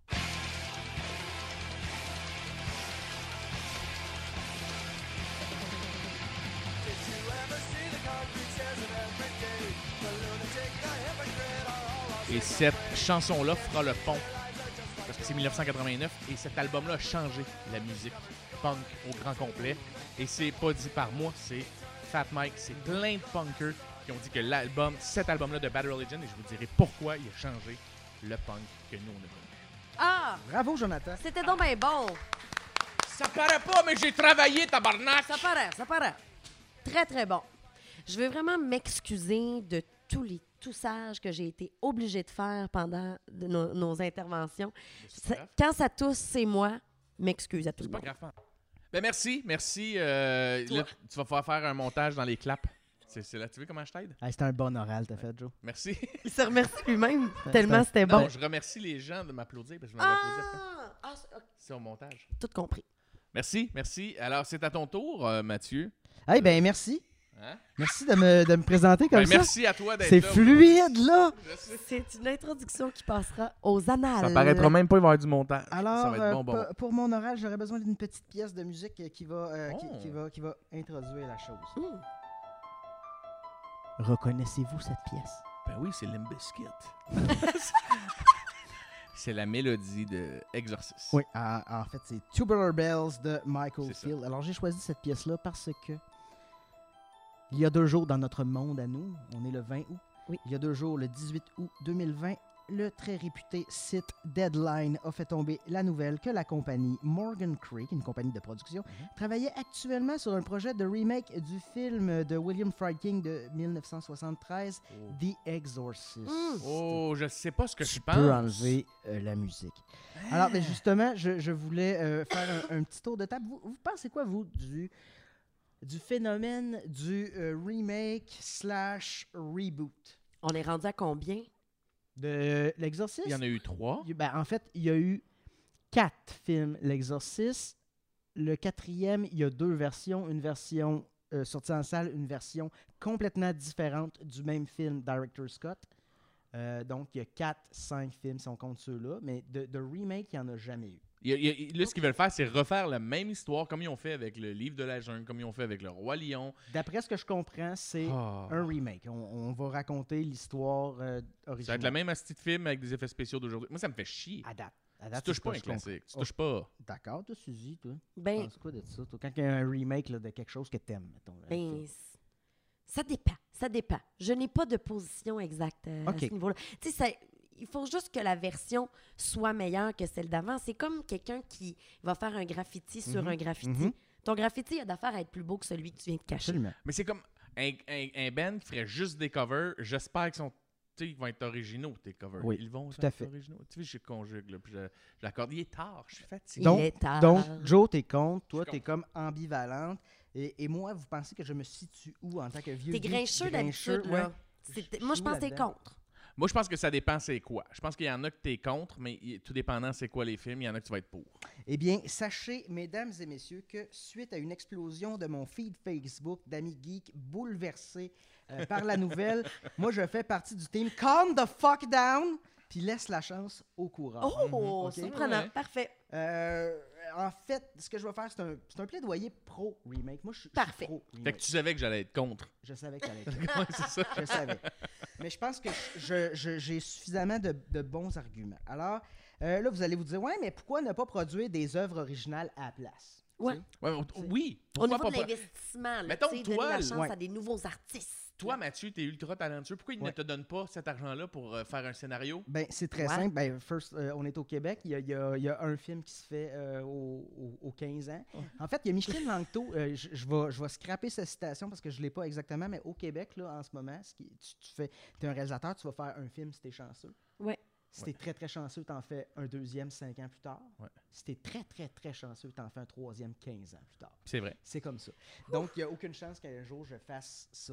Speaker 1: Et cette chanson-là fera le pont, parce que c'est 1989, et cet album-là a changé la musique punk au grand complet. Et c'est pas dit par moi, c'est Fat Mike, c'est plein de punkers qui ont dit que cet album-là de Bad Religion, et je vous dirai pourquoi il a changé le punk que nous, on a connu.
Speaker 3: Ah!
Speaker 2: Bravo, Jonathan.
Speaker 3: C'était donc bien bon.
Speaker 1: Ça paraît pas, mais j'ai travaillé, tabarnak!
Speaker 3: Ça paraît. Très, très bon. Je veux vraiment m'excuser de tous les toussages que j'ai été obligée de faire pendant nos interventions. Quand ça tousse, c'est moi. M'excuse à tout le monde.
Speaker 1: C'est pas grave. Ben merci. Là, tu vas pouvoir faire un montage dans les claps. C'est là, tu veux comment je t'aide?
Speaker 2: C'était un bon oral, t'as fait, Joe.
Speaker 1: Merci.
Speaker 3: Il se remercie lui-même, tellement c'était bon.
Speaker 1: Non, je remercie les gens de m'applaudir parce que je m'avais applaudi après. C'est au montage.
Speaker 3: Tout compris.
Speaker 1: Merci. Alors, c'est à ton tour, Mathieu.
Speaker 2: Ben merci.
Speaker 1: Hein?
Speaker 2: Merci de me présenter comme ça.
Speaker 1: Merci à toi d'être
Speaker 2: là.
Speaker 1: C'est
Speaker 2: fluide, là.
Speaker 3: C'est une introduction qui passera aux annales.
Speaker 1: Ça paraîtra même pas, il va y avoir du montage.
Speaker 2: Alors,
Speaker 1: ça va être bon.
Speaker 2: Pour mon oral, j'aurais besoin d'une petite pièce de musique qui va introduire la chose. Reconnaissez-vous cette pièce?
Speaker 1: Ben oui, c'est Limp Bizkit. C'est la mélodie de Exorcist.
Speaker 2: Oui, en fait, c'est Tubular Bells de Michael Field. Alors, j'ai choisi cette pièce-là parce que Il y a 2 jours dans notre monde à nous, on est le 20 août.
Speaker 3: Oui.
Speaker 2: Il y a 2 jours, le 18 août 2020, le très réputé site Deadline a fait tomber la nouvelle que la compagnie Morgan Creek, une compagnie de production, travaillait actuellement sur un projet de remake du film de William Friedkin de 1973, The Exorcist.
Speaker 1: Oh, je sais pas ce que je
Speaker 2: Tu
Speaker 1: pense.
Speaker 2: peux enlever la musique. Alors, ben, justement, je voulais faire un petit tour de table. Vous pensez quoi, vous, du phénomène du remake/reboot
Speaker 3: On est rendu à combien?
Speaker 2: de L'Exorciste?
Speaker 1: Il y en a eu 3.
Speaker 2: Ben, en fait, il y a eu 4 films L'Exorciste. Le 4e, il y a 2 versions. Une version sortie en salle, une version complètement différente du même film Director Scott. Donc, il y a 4-5 films, si on compte ceux-là. Mais de remake, il n'y en a jamais eu.
Speaker 1: Là, ce qu'ils veulent faire, c'est refaire la même histoire comme ils ont fait avec le Livre de la Jungle, comme ils ont fait avec le Roi Lion.
Speaker 2: D'après ce que je comprends, c'est un remake. On va raconter l'histoire originale.
Speaker 1: Ça va être le même asti de film avec des effets spéciaux d'aujourd'hui. Moi, ça me fait chier.
Speaker 2: À date.
Speaker 1: Tu touches pas un classique. Tu touches pas.
Speaker 2: D'accord, toi, Suzy, toi. Tu
Speaker 3: Ben,
Speaker 2: penses quoi de ça? Toi, quand il y a un remake là, de quelque chose que t'aimes, mettons. Là,
Speaker 3: ben, ça dépend. Ça dépend. Je n'ai pas de position exacte à
Speaker 2: Ok.
Speaker 3: ce niveau-là. Tu sais, il faut juste que la version soit meilleure que celle d'avant. C'est comme quelqu'un qui va faire un graffiti sur un graffiti.
Speaker 2: Mhm.
Speaker 3: Ton graffiti, il a d'affaire à être plus beau que celui que tu viens de cacher.
Speaker 2: Absolument.
Speaker 1: Mais c'est comme un band qui ferait juste des covers. J'espère qu'ils vont être originaux, tes covers.
Speaker 2: Oui,
Speaker 1: Ils vont
Speaker 2: tout à
Speaker 1: être
Speaker 2: fait.
Speaker 1: originaux. Tu sais, je conjugue, là, puis je l'accorde. Il est tard, je suis fatigué.
Speaker 3: Il est tard.
Speaker 2: Donc, Joe, t'es contre. Toi,
Speaker 1: Je
Speaker 2: t'es comme ambivalente. Et moi, vous pensez que je me situe où en tant que vieux
Speaker 3: T'es
Speaker 2: geek
Speaker 3: grincheux d'habitude,
Speaker 2: ouais.
Speaker 3: là. Moi, je pense que t'es
Speaker 2: là-dedans.
Speaker 3: contre.
Speaker 1: Moi, je pense que ça dépend c'est quoi. Je pense qu'il y en a que t'es contre, mais tout dépendant c'est quoi les films, il y en a que tu vas être pour.
Speaker 2: Eh bien, sachez, mesdames et messieurs, que suite à une explosion de mon feed Facebook d'amis geeks bouleversés par la nouvelle, moi, je fais partie du team Calm the fuck down, puis laisse la chance au courant.
Speaker 3: Oh,
Speaker 2: Ok.
Speaker 3: surprenant.
Speaker 1: Ouais.
Speaker 3: Parfait.
Speaker 2: En fait, ce que je vais faire, c'est un plaidoyer pro-remake. Moi, je suis
Speaker 3: Parfait.
Speaker 2: pro-remake.
Speaker 1: Fait que tu savais que j'allais être contre.
Speaker 2: Je savais qu'elle allait
Speaker 1: Ouais, c'est ça.
Speaker 2: Je savais. Mais je pense que j'ai suffisamment de bons arguments. Alors, là, vous allez vous dire, ouais, mais pourquoi ne pas produire des œuvres originales à la place?
Speaker 3: Ouais.
Speaker 2: Tu sais?
Speaker 1: Ouais, oui.
Speaker 3: Au
Speaker 1: Pourquoi
Speaker 3: niveau de
Speaker 1: pas?
Speaker 3: l'investissement, là,
Speaker 1: Mettons,
Speaker 3: tu sais,
Speaker 1: toi,
Speaker 3: donner la chance
Speaker 2: ouais.
Speaker 3: à des nouveaux artistes.
Speaker 1: Toi, Mathieu, t'es ultra talentueux. Pourquoi ils ne
Speaker 2: Ouais.
Speaker 1: te donnent pas cet argent-là pour faire un scénario?
Speaker 2: Ben, c'est très
Speaker 3: Ouais.
Speaker 2: simple. Ben, first, on est au Québec. Il y a un film qui se fait aux 15 ans. En fait, il y a Micheline Langto. Je vais scraper sa citation parce que je ne l'ai pas exactement, mais au Québec, là, en ce moment, tu es un réalisateur, tu vas faire un film si tu es chanceux.
Speaker 3: Ouais.
Speaker 2: Si tu es très, très chanceux, tu en fais un deuxième 5 ans plus tard.
Speaker 1: Ouais.
Speaker 2: Si tu es très, très, très chanceux, tu en fais un troisième 15 ans plus tard.
Speaker 1: C'est vrai.
Speaker 2: C'est comme ça. Donc, il n'y a aucune chance qu'un jour je fasse ça.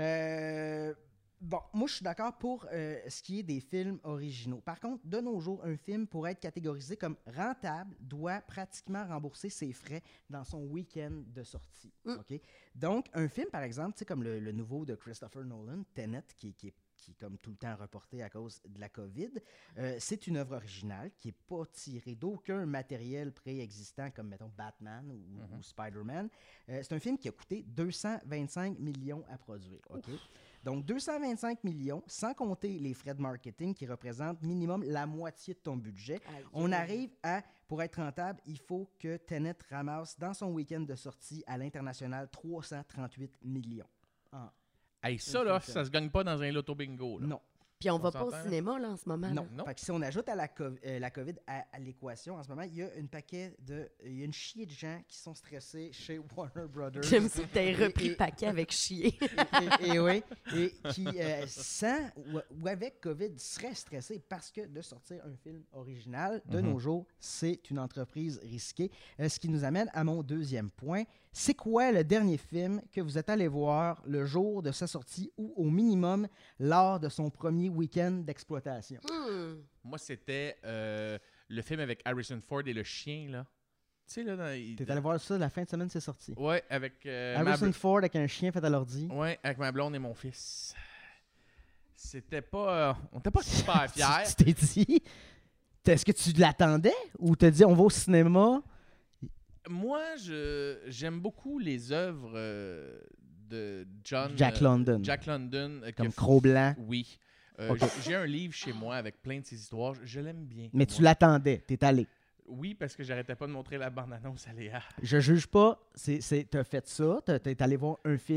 Speaker 2: Bon, moi, je suis d'accord pour ce qui est des films originaux. Par contre, de nos jours, un film, pour être catégorisé comme rentable, doit pratiquement rembourser ses frais dans son week-end de sortie. OK? Donc, un film, par exemple, tu sais, comme le nouveau de Christopher Nolan, Tenet, qui est comme tout le temps reporté à cause de la COVID. C'est une œuvre originale qui n'est pas tirée d'aucun matériel préexistant comme, mettons, Batman ou Spider-Man. C'est un film qui a coûté 225 millions à produire. OK? Donc, 225 millions, sans compter les frais de marketing qui représentent minimum la moitié de ton budget.
Speaker 3: Aïe.
Speaker 2: On arrive à, pour être rentable, il faut que Tenet ramasse dans son week-end de sortie à l'international 338 millions.
Speaker 1: Hey, ça, là, ça se gagne pas dans un loto bingo. Là.
Speaker 2: Non.
Speaker 3: Puis on
Speaker 1: On
Speaker 3: va pas au
Speaker 1: s'entend,
Speaker 3: cinéma, là, en ce moment.
Speaker 2: Non.
Speaker 3: là.
Speaker 1: Non.
Speaker 2: Fait que si on ajoute à la COVID à l'équation, en ce moment, il y a il y a une chier de gens qui sont stressés chez Warner Brothers.
Speaker 3: J'aime ça que t'aies repris
Speaker 2: Et-
Speaker 3: le paquet avec chier.
Speaker 2: et oui, et qui, sans ou avec COVID, seraient stressés parce que de sortir un film original, de nos jours, c'est une entreprise risquée. Ce qui nous amène à mon deuxième point. C'est quoi le dernier film que vous êtes allé voir le jour de sa sortie ou au minimum lors de son premier week-end d'exploitation?
Speaker 1: Moi, c'était le film avec Harrison Ford et le chien, là. Tu sais, là,
Speaker 2: T'es allé voir ça, la fin de semaine, c'est sorti.
Speaker 1: Ouais, avec
Speaker 2: Harrison Ford avec un chien fait à l'ordi.
Speaker 1: Ouais, avec ma blonde et mon fils. C'était pas... on n'était pas super fiers.
Speaker 2: Tu t'es dit, est-ce que tu l'attendais ou t'as dit on va au cinéma?
Speaker 1: Moi, j'aime beaucoup les œuvres de
Speaker 2: Jack London.
Speaker 1: Jack London.
Speaker 2: Comme Cro-Blanc.
Speaker 1: Oui.
Speaker 2: Ok.
Speaker 1: J'ai un livre chez moi avec plein de ces histoires. Je l'aime bien.
Speaker 2: Mais
Speaker 1: moi.
Speaker 2: tu l'attendais, t'es allé.
Speaker 1: Oui, parce que j'arrêtais pas de montrer la bande-annonce à Léa.
Speaker 2: Je juge pas, t'as fait ça, t'es allé voir un film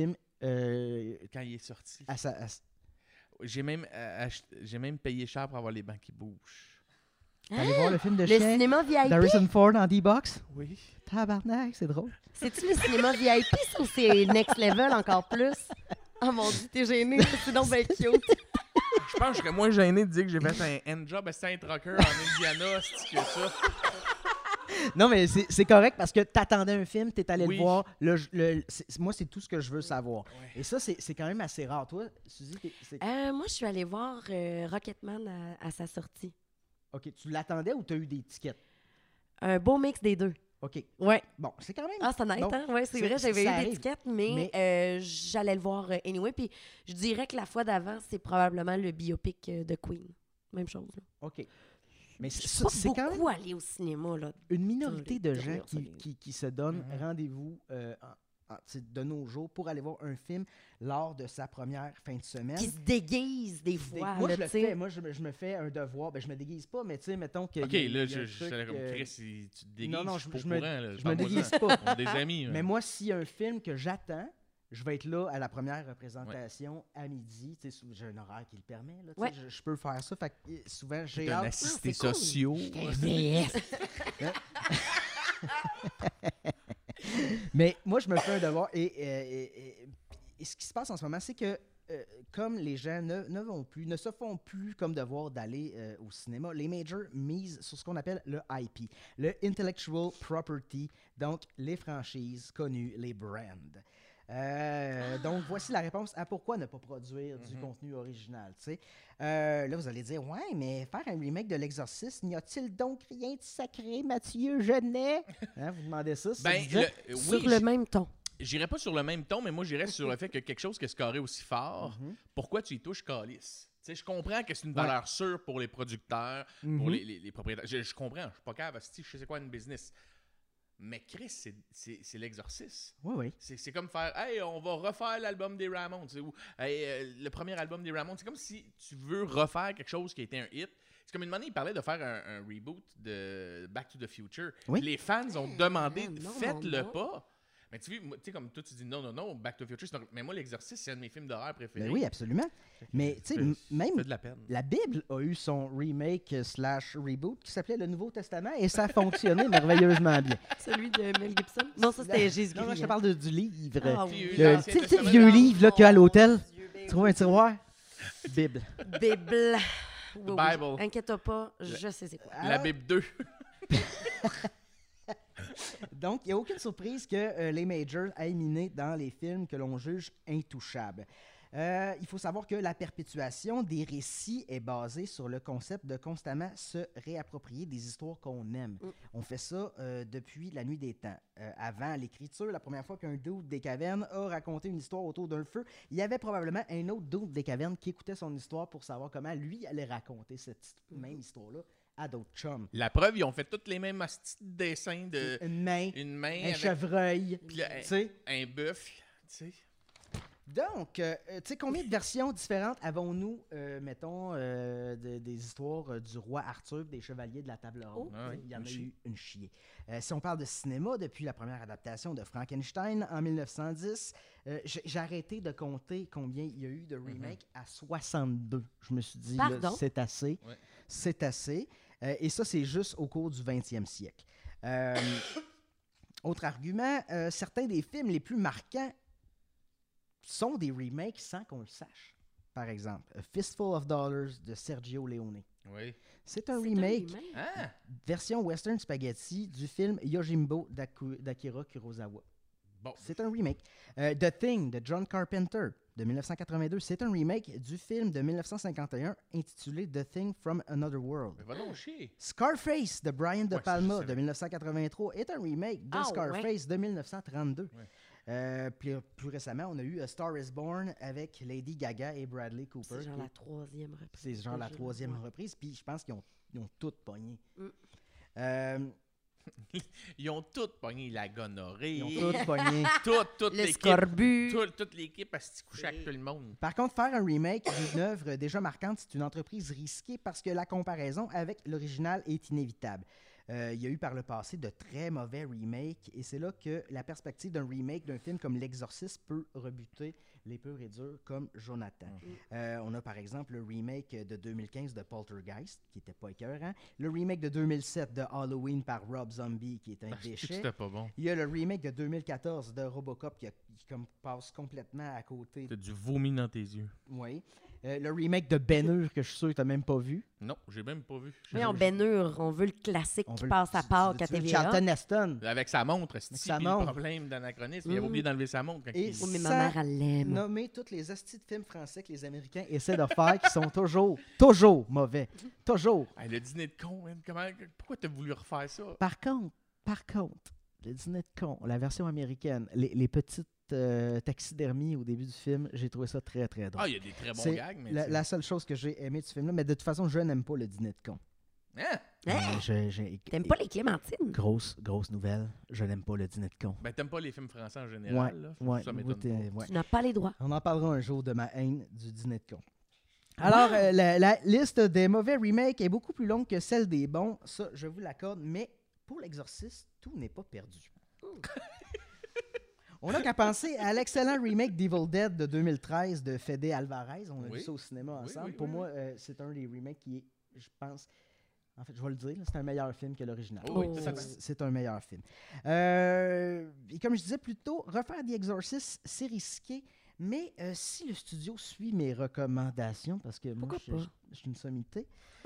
Speaker 1: Quand il est sorti.
Speaker 2: à sa-
Speaker 1: J'ai même payé cher pour avoir les bancs qui bougent.
Speaker 2: T'es allé voir le film de
Speaker 3: Le
Speaker 2: chien
Speaker 3: cinéma VIP?
Speaker 2: d'Harrison Ford en D-Box?
Speaker 1: Oui.
Speaker 2: Tabarnak, c'est drôle.
Speaker 3: C'est-tu le cinéma VIP ça, ou c'est next level encore plus? Oh mon Dieu, t'es gêné. C'est donc bien cute.
Speaker 1: Je pense que je serais moins gêné de dire que j'ai fait un handjob à Saint-Rocker en Indiana, c'est que ça.
Speaker 2: Non, mais c'est correct parce que t'attendais un film, t'es allé
Speaker 1: Oui.
Speaker 2: le voir. Moi, c'est tout ce que je veux savoir.
Speaker 1: Ouais.
Speaker 2: Et ça, c'est quand même assez rare. Toi, Suzy,
Speaker 3: Moi, je suis allée voir Rocketman à sa sortie.
Speaker 2: OK, tu l'attendais ou t'as eu des tickets?
Speaker 3: Un beau mix des deux.
Speaker 2: OK.
Speaker 3: Ouais.
Speaker 2: Bon, c'est quand même...
Speaker 3: Ah, c'est honnête,
Speaker 2: Bon,
Speaker 3: hein? Ouais, c'est
Speaker 2: ça-
Speaker 3: vrai, j'avais
Speaker 2: ça
Speaker 3: eu des
Speaker 2: arrive.
Speaker 3: tickets, mais j'allais le voir anyway. Puis je dirais que la fois d'avant, c'est probablement le biopic de Queen. Même chose. Là.
Speaker 2: OK. Mais
Speaker 3: Je suis
Speaker 2: ça,
Speaker 3: pas
Speaker 2: c'est quand même
Speaker 3: beaucoup allée au cinéma, là.
Speaker 2: une minorité
Speaker 3: dans
Speaker 2: de
Speaker 3: les
Speaker 2: gens
Speaker 3: dernières
Speaker 2: qui,
Speaker 3: années.
Speaker 2: qui se donnent
Speaker 1: Mhm.
Speaker 2: rendez-vous de nos jours pour aller voir un film lors de sa première fin de semaine.
Speaker 3: Qui se déguisent des fois,
Speaker 2: Moi,
Speaker 3: là,
Speaker 2: je le
Speaker 3: tu sais.
Speaker 2: fais. Moi, je me fais un devoir. Ben, je me déguise pas, mais tu sais, mettons que...
Speaker 1: Ok, là, je suis comme Chris, tu te déguises,
Speaker 2: Non, non,
Speaker 1: je suis pas au
Speaker 2: je me-
Speaker 1: courant. Là,
Speaker 2: je me déguise pas.
Speaker 1: On est des amis.
Speaker 2: Mais moi, s'il y a un film que j'attends, je vais être là à la première représentation à midi. Tu sais, j'ai un horaire qui le permet. Là, tu sais,
Speaker 3: Ouais.
Speaker 2: je peux faire ça. Fait que, souvent, j'ai
Speaker 1: un
Speaker 2: hâte.
Speaker 1: assisté
Speaker 3: c'est cool.
Speaker 1: sociaux.
Speaker 2: Mais moi, je me fais un devoir. Et ce qui se passe en ce moment, c'est que comme les gens ne se font plus comme devoir d'aller au cinéma, les majors misent sur ce qu'on appelle le IP, le Intellectual Property, donc les franchises connues, les brands. Donc, voici la réponse à pourquoi ne pas produire du contenu original. Tu sais. Là, vous allez dire, ouais, mais faire un remake de L'Exorciste, n'y a-t-il donc rien de sacré, Mathieu Genet? Hein, vous demandez ça? c'est ça que
Speaker 1: Ben,
Speaker 2: je disais?
Speaker 3: Sur le même ton.
Speaker 1: J'irais pas sur le même ton, mais moi, j'irais sur le fait que quelque chose qui est scoré aussi fort, pourquoi tu y touches calice? Tu sais, je comprends que c'est une valeur sûre pour les producteurs, pour les propriétaires. Je comprends, je suis pas capable, je sais c'est quoi une business. Mais Chris, c'est l'exorcisme.
Speaker 2: Oui, oui.
Speaker 1: C'est comme faire, hey, on va refaire l'album des Ramones. Tu sais, ou, hey, le premier album des Ramones. C'est comme si tu veux refaire quelque chose qui a été un hit. C'est comme une année, il parlait de faire un reboot de Back to the Future.
Speaker 2: Oui.
Speaker 1: Les fans ont demandé,
Speaker 3: non,
Speaker 1: faites-le
Speaker 3: non.
Speaker 1: pas. Mais tu sais, comme toi, tu dis non, Back to the Future. Mais moi, l'exercice, c'est un de mes films d'horreur préférés.
Speaker 2: Ben oui, absolument. Mais tu sais, même
Speaker 1: fait de la peine.
Speaker 2: la Bible a eu son remake / reboot qui s'appelait le Nouveau Testament et ça a fonctionné merveilleusement bien.
Speaker 3: Celui de Mel Gibson? Non, ça, c'était Jésus-Christ.
Speaker 2: Non, non, je te parle du livre.
Speaker 3: Ah
Speaker 1: Puis,
Speaker 3: oui.
Speaker 2: Le
Speaker 1: l'Ancien
Speaker 2: petit
Speaker 1: Testament,
Speaker 2: vieux
Speaker 1: là.
Speaker 2: livre là, qu'il y a à l'hôtel.
Speaker 3: Mon Dieu, ben
Speaker 2: Tu trouves un tiroir? Bible.
Speaker 3: Bible. Oui, oui.
Speaker 1: Bible.
Speaker 3: Inquiète-toi pas, je sais c'est quoi.
Speaker 1: La Bible 2.
Speaker 2: Donc, il n'y a aucune surprise que les majors aient miné dans les films que l'on juge intouchables. Il faut savoir que la perpétuation des récits est basée sur le concept de constamment se réapproprier des histoires qu'on aime. On fait ça depuis la nuit des temps. Avant l'écriture, la première fois qu'un dude des cavernes a raconté une histoire autour d'un feu, il y avait probablement un autre dude des cavernes qui écoutait son histoire pour savoir comment lui allait raconter cette même histoire-là à d'autres chums.
Speaker 1: La preuve, ils ont fait tous les mêmes astis de dessins de
Speaker 2: Une main,
Speaker 1: une main
Speaker 2: un
Speaker 1: avec
Speaker 2: chevreuil,
Speaker 1: puis là,
Speaker 2: tu sais.
Speaker 1: un bœuf, tu sais.
Speaker 2: Donc, tu sais, combien de versions différentes avons-nous, mettons, des histoires du roi Arthur, des chevaliers de la table ronde?
Speaker 1: Ah oui,
Speaker 2: Il y en
Speaker 1: une
Speaker 2: a
Speaker 1: chier.
Speaker 2: eu une chier. Si on parle de cinéma, depuis la première adaptation de Frankenstein en 1910, j'ai arrêté de compter combien il y a eu de remakes à 62. Je me suis dit, là,
Speaker 3: Pardon?
Speaker 2: c'est assez.
Speaker 1: Ouais.
Speaker 2: C'est assez. Et ça, c'est juste au cours du 20e siècle. Autre argument, certains des films les plus marquants sont des remakes sans qu'on le sache. Par exemple, A Fistful of Dollars de Sergio Leone.
Speaker 1: Oui.
Speaker 2: C'est un remake,
Speaker 1: Ah!
Speaker 2: version western spaghetti du film Yojimbo d'Akira Kurosawa.
Speaker 1: Bon.
Speaker 2: C'est un remake. The Thing de John Carpenter de 1982, c'est un remake du film de 1951 intitulé The Thing from Another World.
Speaker 1: Mais va donc chier.
Speaker 2: Scarface de Brian De
Speaker 1: Ouais, ça, je
Speaker 2: Palma
Speaker 1: savais.
Speaker 2: de 1983 est un remake de
Speaker 3: Ah,
Speaker 2: Scarface de 1932.
Speaker 1: Ouais.
Speaker 2: Plus récemment, on a eu A Star is Born avec Lady Gaga et Bradley Cooper.
Speaker 3: C'est genre
Speaker 2: qui
Speaker 3: la
Speaker 2: est-
Speaker 3: troisième reprise.
Speaker 2: c'est genre la
Speaker 3: que j'ai
Speaker 2: troisième
Speaker 3: vue.
Speaker 2: reprise, puis je pense qu'ils ont toutes pogné.
Speaker 3: Mm.
Speaker 2: Euh,
Speaker 1: Ils ont toutes pogné la gonorrhée.
Speaker 2: ils ont toutes pogné.
Speaker 1: toute
Speaker 3: Le
Speaker 1: l'équipe.
Speaker 3: scorbut.
Speaker 1: Toute l'équipe a couché avec tout le monde.
Speaker 2: Par contre, faire un remake d'une œuvre déjà marquante, c'est une entreprise risquée parce que la comparaison avec l'original est inévitable. Il y a eu par le passé de très mauvais remakes et c'est là que la perspective d'un remake d'un film comme L'Exorciste peut rebuter les purs et durs comme Jonathan. On a par exemple le remake de 2015 de Poltergeist, qui était pas écœurant. Le remake de 2007 de Halloween par Rob Zombie, qui est un déchet.
Speaker 1: C'était pas bon.
Speaker 2: Il y a le remake de 2014 de Robocop qui comme passe complètement à côté.
Speaker 4: T'as du vomi dans tes yeux.
Speaker 2: Oui. Le remake de Ben Hur, que je suis sûr que tu n'as même pas vu.
Speaker 1: Non, j'ai même pas vu.
Speaker 3: Oui, on Ben Hur, on veut le classique
Speaker 2: On
Speaker 3: qui
Speaker 2: veut
Speaker 3: passe à Pâques à
Speaker 2: tu veux
Speaker 3: TVA.
Speaker 2: Charlton Heston.
Speaker 1: Avec sa montre, c'est
Speaker 2: sa
Speaker 1: le
Speaker 2: montre.
Speaker 1: problème d'anachronisme. Il avait
Speaker 2: Mhm.
Speaker 1: oublié d'enlever sa montre. Quand
Speaker 2: Et
Speaker 1: il...
Speaker 3: Oui, mais
Speaker 2: Ça-
Speaker 3: ma mère, elle l'aime.
Speaker 2: Nommer tous les hosties de films français que les Américains essaient de faire qui sont toujours mauvais. Toujours.
Speaker 1: Hey, le dîner de con, man, pourquoi t'as voulu refaire ça?
Speaker 2: Par contre, le dîner de con, la version américaine, les petites taxidermies au début du film, j'ai trouvé ça très, très drôle.
Speaker 1: Ah, il y a des très bons
Speaker 2: C'est
Speaker 1: gags, mais...
Speaker 2: la seule chose que j'ai aimé de ce film-là, mais de toute façon, je n'aime pas le dîner de con.
Speaker 1: Hein?
Speaker 3: Hein? T'aimes pas les clémentines?
Speaker 2: Grosse nouvelle, je n'aime pas le dîner de con.
Speaker 1: Ben, t'aimes pas les films français en général, là?
Speaker 2: Ouais,
Speaker 1: Ça m'étonne pas.
Speaker 2: ouais.
Speaker 3: Tu n'as pas les droits.
Speaker 2: On en parlera un jour de ma haine du dîner de con. Alors, la liste des mauvais remakes est beaucoup plus longue que celle des bons, ça, je vous l'accorde, mais pour l'exorciste, tout n'est pas perdu. On n'a qu'à penser à l'excellent remake d'Evil Dead de 2013 de Fede Alvarez. On a
Speaker 1: Oui.
Speaker 2: vu ça au cinéma
Speaker 1: Oui,
Speaker 2: ensemble.
Speaker 1: oui,
Speaker 2: Pour
Speaker 1: oui,
Speaker 2: moi, c'est un des remakes qui est, je pense... En fait, je vais le dire, là, c'est un meilleur film que l'original.
Speaker 1: Oh oui,
Speaker 3: Oh.
Speaker 1: totalement.
Speaker 2: C'est un meilleur film. Et comme je disais plus tôt, refaire The Exorcist, c'est risqué. Mais si le studio suit mes recommandations, parce que moi,
Speaker 3: Pourquoi pas?
Speaker 2: je suis une sommité,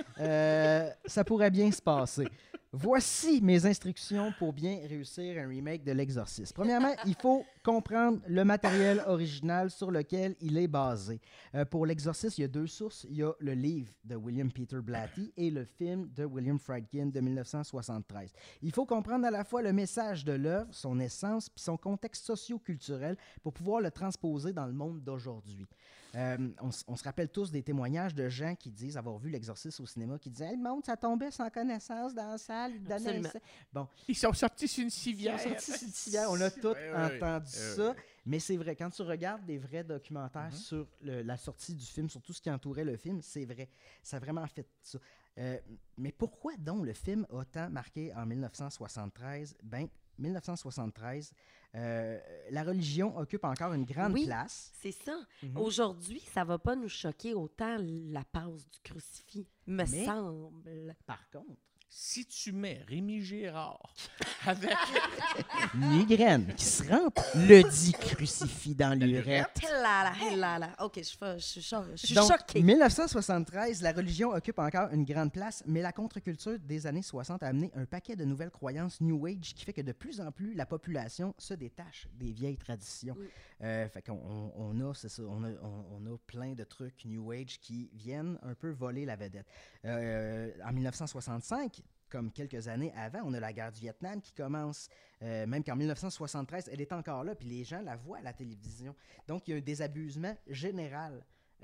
Speaker 2: ça pourrait bien se passer. Voici mes instructions pour bien réussir un remake de l'Exorciste. Premièrement, il faut comprendre le matériel original sur lequel il est basé. Pour l'Exorciste, il y a deux sources. Il y a le livre de William Peter Blatty et le film de William Friedkin de 1973. Il faut comprendre à la fois le message de l'œuvre, son essence, puis son contexte socio-culturel pour pouvoir le transposer dans le monde d'aujourd'hui. On se rappelle tous des témoignages de gens qui disent avoir vu l'Exorciste au cinéma, qui disaient hey, « Le monde, ça tombait sans connaissance dans la salle. il donnait un
Speaker 3: Absolument.
Speaker 2: sa- Bon,
Speaker 1: Ils sont sortis sur une
Speaker 2: ils sont
Speaker 1: civière.
Speaker 2: sortis sur une civière. On a tous
Speaker 1: Ouais, ouais,
Speaker 2: entendu
Speaker 1: ouais,
Speaker 2: ça.
Speaker 1: ouais.
Speaker 2: Mais c'est vrai, quand tu regardes des vrais documentaires sur la sortie du film, sur tout ce qui entourait le film, c'est vrai. Ça a vraiment fait ça. Mais pourquoi donc le film a tant marqué en 1973? Ben, 1973, la religion occupe encore une grande
Speaker 3: Oui.
Speaker 2: place.
Speaker 3: C'est ça.
Speaker 2: Mhm.
Speaker 3: Aujourd'hui, ça va pas nous choquer autant la passe du crucifix, me
Speaker 2: Mais-
Speaker 3: semble.
Speaker 2: Par contre,
Speaker 1: Si tu mets Rémi Gérard avec...
Speaker 2: migraine qui se rentre le dit crucifix dans l'urette.
Speaker 3: Là. OK, je suis
Speaker 2: Donc,
Speaker 3: choquée.
Speaker 2: 1973, la religion occupe encore une grande place, mais la contre-culture des années 60 a amené un paquet de nouvelles croyances New Age qui fait que de plus en plus, la population se détache des vieilles traditions. Fait qu'on on a, c'est ça, on a plein de trucs New Age qui viennent un peu voler la vedette. En 1965, comme quelques années avant, on a la guerre du Vietnam qui commence, même qu'en 1973, elle est encore là, puis les gens la voient à la télévision. Donc, il y a un désabusement général.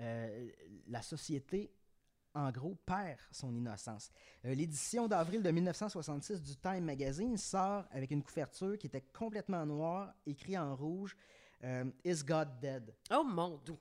Speaker 2: La société, en gros, perd son innocence. L'édition d'avril de 1966 du Time Magazine sort avec une couverture qui était complètement noire, écrit en rouge, Is God Dead?
Speaker 3: Oh mon Dieu.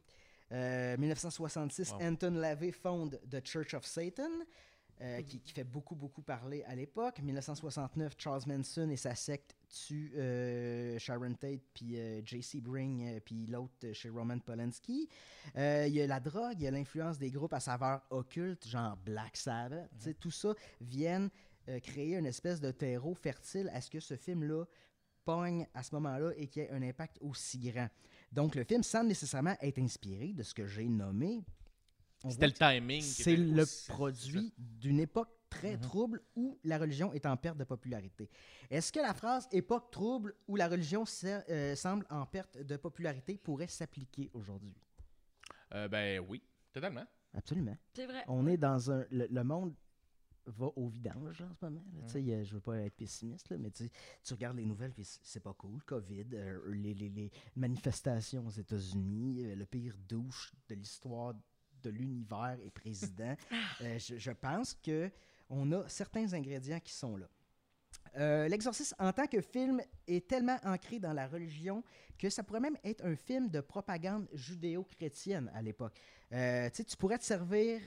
Speaker 2: 1966,
Speaker 1: Wow.
Speaker 2: Anton LaVey fonde The Church of Satan, qui fait beaucoup parler à l'époque. 1969, Charles Manson et sa secte tuent Sharon Tate, puis J.C. Bring, puis l'autre chez Roman Polanski. Il y a la drogue, il y a l'influence des groupes à saveur occulte, genre Black Sabbath. Tu sais, tout ça viennent créer une espèce de terreau fertile à ce que ce film-là pogne à ce moment-là et qu'il y ait un impact aussi grand. Donc, le film, sans nécessairement être inspiré de ce que j'ai nommé, on
Speaker 1: C'était
Speaker 2: voit
Speaker 1: le timing. qui
Speaker 2: c'est
Speaker 1: était
Speaker 2: le
Speaker 1: aussi-
Speaker 2: produit d'une époque très trouble où la religion est en perte de popularité. Est-ce que la phrase « époque trouble où la religion semble en perte de popularité » pourrait s'appliquer aujourd'hui?
Speaker 1: Ben oui, totalement.
Speaker 2: Absolument.
Speaker 3: C'est vrai.
Speaker 2: On est dans un... Le monde va au vidange en ce moment. Là. Tu sais, je veux pas être pessimiste, là, mais tu regardes les nouvelles, puis c'est pas cool. COVID, les manifestations aux États-Unis, le pire douche de l'histoire de l'univers est président. Je pense qu'on a certains ingrédients qui sont là. L'Exorciste, en tant que film, est tellement ancré dans la religion que ça pourrait même être un film de propagande judéo-chrétienne à l'époque. Tu sais, tu pourrais te servir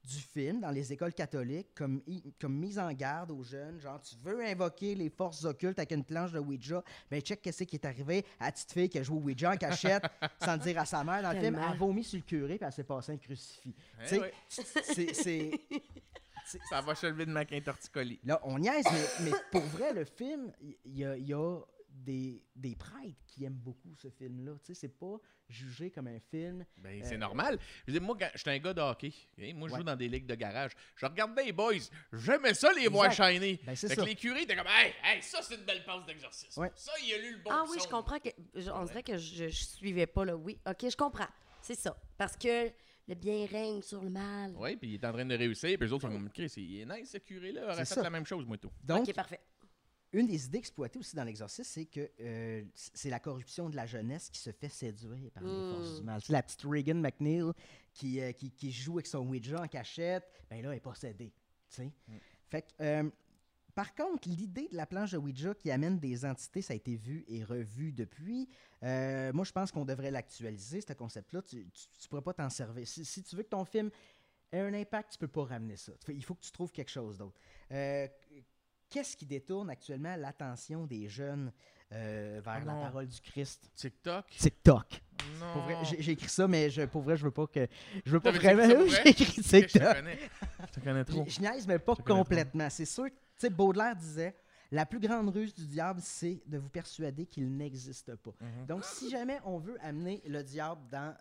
Speaker 2: du film dans les écoles catholiques comme mise en garde aux jeunes. Genre, tu veux invoquer les forces occultes avec une planche de Ouija, ben check qu'est-ce qui est arrivé à la petite fille qui a joué au Ouija en cachette sans le dire à sa mère dans le film. Elle a vomi sur le curé puis elle s'est passée un crucifix. Tu sais, c'est...
Speaker 1: Ça va lever de maquin torticolis.
Speaker 2: Là, on niaise, mais pour vrai, le film, il y a des prêtres qui aiment beaucoup ce film-là. Tu sais, c'est pas jugé comme un film.
Speaker 1: Ben, c'est normal. Je veux dire, moi, quand j'étais un gars de hockey, okay? Moi, je joue dans des ligues de garage. Je regardais les boys. J'aimais ça, les voir shiner.
Speaker 2: Ben, c'est
Speaker 1: fait
Speaker 2: ça.
Speaker 1: que les curés étaient comme, hey, ça, c'est une belle passe d'exorcisme.
Speaker 2: Ouais.
Speaker 1: Ça, il a lu le bon
Speaker 3: Ah oui,
Speaker 1: son.
Speaker 3: je comprends que. On dirait que je suivais pas, là. Oui, OK, je comprends. C'est ça. Parce que le bien règne sur le mal.
Speaker 1: Oui, puis il est en train de réussir. Puis les autres sont comme, Chris, il est nice, ce curé-là. Aurait
Speaker 2: C'est
Speaker 1: fait
Speaker 2: ça.
Speaker 1: la même chose, moi, tout.
Speaker 2: Donc,
Speaker 3: OK, parfait.
Speaker 2: une des idées exploitées aussi dans l'exorcisme, c'est que c'est la corruption de la jeunesse qui se fait séduire par les forces du mal. Tu sais, la petite Regan McNeil qui joue avec son Ouija en cachette, ben là, elle est possédée. Tu sais. Fait que, par contre, l'idée de la planche de Ouija qui amène des entités, ça a été vu et revu depuis. Moi, je pense qu'on devrait l'actualiser, ce concept-là. Tu ne pourrais pas t'en servir. Si tu veux que ton film ait un impact, tu ne peux pas ramener ça. Il faut que tu trouves quelque chose d'autre. Qu'est-ce qui détourne actuellement l'attention des jeunes vers la parole du Christ?
Speaker 1: TikTok?
Speaker 2: TikTok.
Speaker 1: Non.
Speaker 2: Pour vrai, j'ai écrit ça, mais pour vrai, je veux pas que... Je veux pas
Speaker 1: T'avais
Speaker 2: vraiment...
Speaker 1: écrit ça pour vrai?
Speaker 2: J'ai écrit
Speaker 1: Je te
Speaker 2: TikTok.
Speaker 1: connais. Je te connais trop.
Speaker 2: Je niaise, mais pas
Speaker 1: Je connais
Speaker 2: complètement. C'est sûr, tu sais, Baudelaire disait, la plus grande ruse du diable, c'est de vous persuader qu'il n'existe pas. Donc, si jamais on veut amener le diable dans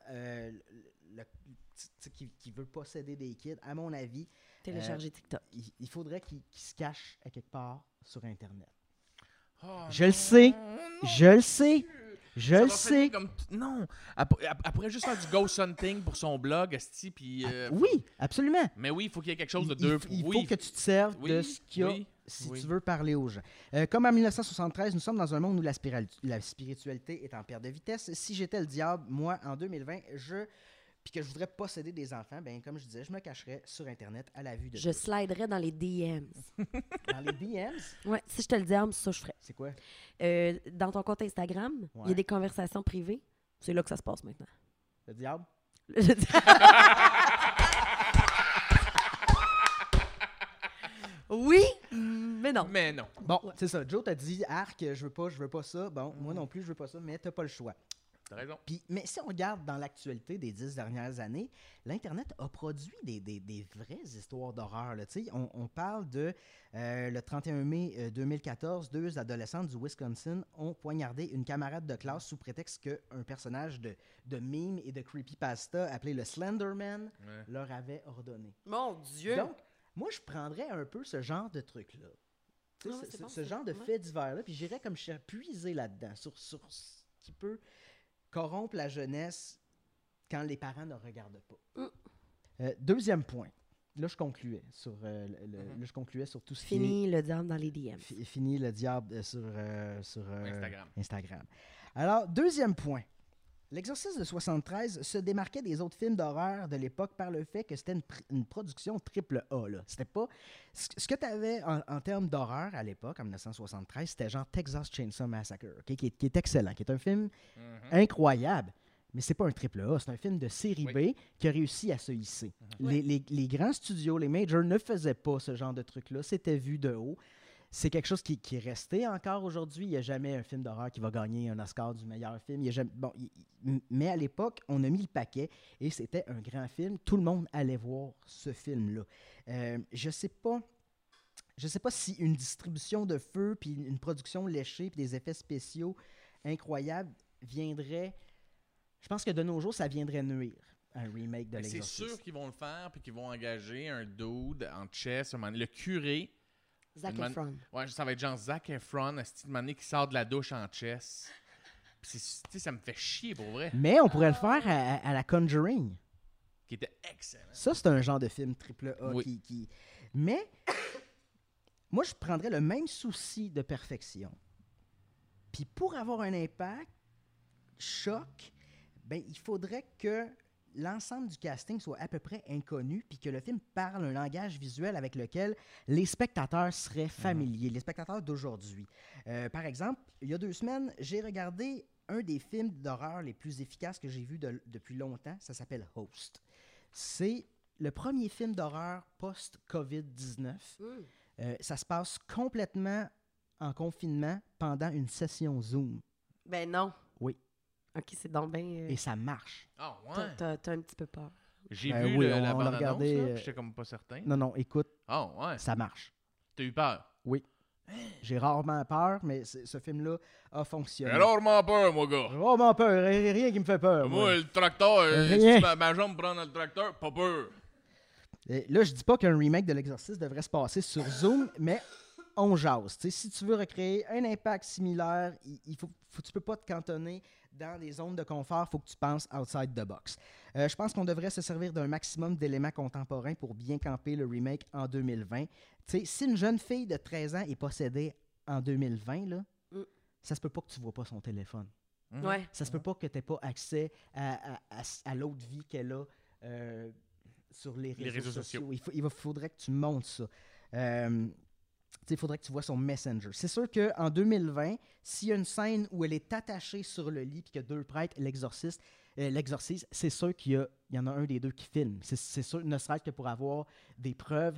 Speaker 2: qui veut posséder des kids, à mon avis,
Speaker 3: Télécharger TikTok.
Speaker 2: il faudrait qu'il se cache à quelque part sur Internet.
Speaker 1: Oh,
Speaker 2: Je le sais.
Speaker 1: non,
Speaker 2: Je le sais. Je
Speaker 1: ça
Speaker 2: le
Speaker 1: va
Speaker 2: sais.
Speaker 1: finir comme non. Elle pourrait juste faire du ghost hunting pour son blog, esti, puis...
Speaker 2: Oui, absolument.
Speaker 1: Mais oui, il faut qu'il y ait quelque chose de
Speaker 2: Il
Speaker 1: deux...
Speaker 2: faut
Speaker 1: oui,
Speaker 2: que tu te serves
Speaker 1: oui,
Speaker 2: de ce qu'il y a
Speaker 1: oui,
Speaker 2: si
Speaker 1: oui.
Speaker 2: tu veux parler aux gens. Comme en 1973, nous sommes dans un monde où la spiritualité est en perte de vitesse. Si j'étais le diable, moi, en 2020, puis que je voudrais posséder des enfants, ben comme je disais, je me cacherais sur Internet à la vue de
Speaker 3: Je
Speaker 2: tous.
Speaker 3: sliderais dans les DMs.
Speaker 2: Dans les DMs,
Speaker 3: Ouais, si je te le dis, c'est ça que je ferais.
Speaker 2: c'est quoi?
Speaker 3: Dans ton compte Instagram, il y
Speaker 2: Ouais.
Speaker 3: a des conversations privées. C'est là que ça se passe maintenant.
Speaker 2: Le diable?
Speaker 3: Je dis- oui, mais non.
Speaker 1: Mais non.
Speaker 2: Bon, c'est ça. Joe t'a dit, Arc, je veux pas ça. Bon, moi non plus, je veux pas ça, mais t'as pas le choix.
Speaker 1: T'as raison.
Speaker 2: Mais si on regarde dans l'actualité des 10 dernières années, l'Internet a produit des vraies histoires d'horreur. Là. On parle de le 31 mai 2014, 2 adolescentes du Wisconsin ont poignardé une camarade de classe sous prétexte qu'un personnage de meme et de creepypasta appelé le Slenderman leur avait ordonné.
Speaker 3: Mon Dieu!
Speaker 2: Donc, moi, je prendrais un peu ce genre de truc-là. Tu sais,
Speaker 3: Ah ouais, c'est bon,
Speaker 2: ce
Speaker 3: ça.
Speaker 2: genre de
Speaker 3: Ouais.
Speaker 2: faits divers-là, puis j'irais comme puiser là-dedans, sur ce qui peut corrompre la jeunesse quand les parents ne regardent pas. Deuxième point. Là, je concluais sur, là, je concluais sur tout ce qui est...
Speaker 3: Fini le diable dans les DM.
Speaker 2: Fini le diable sur
Speaker 1: Instagram.
Speaker 2: Instagram. Alors, deuxième point. L'exorcisme de 73 se démarquait des autres films d'horreur de l'époque par le fait que c'était une production triple A. Là. C'était pas... Ce que tu avais en termes d'horreur à l'époque, en 1973, c'était genre Texas Chainsaw Massacre, okay, qui est excellent, qui est un film incroyable. Mais c'est pas un triple A, c'est un film de série B qui a réussi à se hisser. Les grands studios, les majors, ne faisaient pas ce genre de truc-là. C'était vu de haut. C'est quelque chose qui est resté encore aujourd'hui. Il n'y a jamais un film d'horreur qui va gagner un Oscar du meilleur film. Mais à l'époque, on a mis le paquet et c'était un grand film. Tout le monde allait voir ce film-là. Je ne sais pas si une distribution de feu, puis une production léchée, puis des effets spéciaux incroyables viendrait... Je pense que de nos jours, ça viendrait nuire à un remake de
Speaker 1: C'est
Speaker 2: l'Exorciste.
Speaker 1: sûr qu'ils vont le faire puis qu'ils vont engager un dude en chess. Le curé...
Speaker 3: Zac
Speaker 1: Une
Speaker 3: Efron.
Speaker 1: Ouais, ça va être genre Zac Efron, un style de manière qui sort de la douche en chess. Puis ça me fait chier pour vrai.
Speaker 2: Mais on pourrait le faire à la Conjuring.
Speaker 1: Qui était excellent.
Speaker 2: Ça, c'est un genre de film triple A
Speaker 1: Oui.
Speaker 2: qui... Mais, moi, je prendrais le même souci de perfection. Puis pour avoir un impact, choc, ben, il faudrait que l'ensemble du casting soit à peu près inconnu puis que le film parle un langage visuel avec lequel les spectateurs seraient familiers, les spectateurs d'aujourd'hui. Par exemple, il y a 2 semaines, j'ai regardé un des films d'horreur les plus efficaces que j'ai vu depuis longtemps. Ça s'appelle Host. C'est le premier film d'horreur post-COVID-19. Ça se passe complètement en confinement pendant une session Zoom.
Speaker 3: Ben non.
Speaker 2: Oui.
Speaker 3: OK, c'est donc bien...
Speaker 2: Et ça marche.
Speaker 1: Ah,
Speaker 3: T'as un petit peu peur.
Speaker 1: J'ai
Speaker 2: Ben
Speaker 1: vu
Speaker 2: oui,
Speaker 1: la
Speaker 2: on l'a
Speaker 1: bande-annonce,
Speaker 2: regardé,
Speaker 1: là, puis j'étais comme pas certain.
Speaker 2: Non, écoute,
Speaker 1: Ah, ouais.
Speaker 2: ça marche.
Speaker 1: T'as eu peur?
Speaker 2: Oui. J'ai rarement peur, mais ce film-là a fonctionné.
Speaker 1: J'ai rarement peur, moi, gars.
Speaker 2: J'ai rarement peur, rien qui me fait peur.
Speaker 1: Moi, le tracteur,
Speaker 2: Rien.
Speaker 1: si ma jambe prend dans le tracteur, pas peur.
Speaker 2: Et là, je dis pas qu'un remake de l'Exorciste devrait se passer sur Zoom, mais on jase. T'sais, si tu veux recréer un impact similaire, tu peux pas te cantonner dans des zones de confort, il faut que tu penses outside the box. Je pense qu'on devrait se servir d'un maximum d'éléments contemporains pour bien camper le remake en 2020. T'sais, si une jeune fille de 13 ans est possédée en 2020, là, ça se peut pas que tu vois pas son téléphone.
Speaker 3: Ouais.
Speaker 2: Ça se peut pas que tu n'aies pas accès à l'autre vie qu'elle a sur les réseaux sociaux. Il faudrait que tu montes ça. Il faudrait que tu vois son Messenger. C'est sûr qu'en 2020, s'il y a une scène où elle est attachée sur le lit et qu'il y a deux prêtres l'exorcise, c'est sûr qu'il y en a un des deux qui filme. C'est sûr, ne serait-ce que pour avoir des preuves.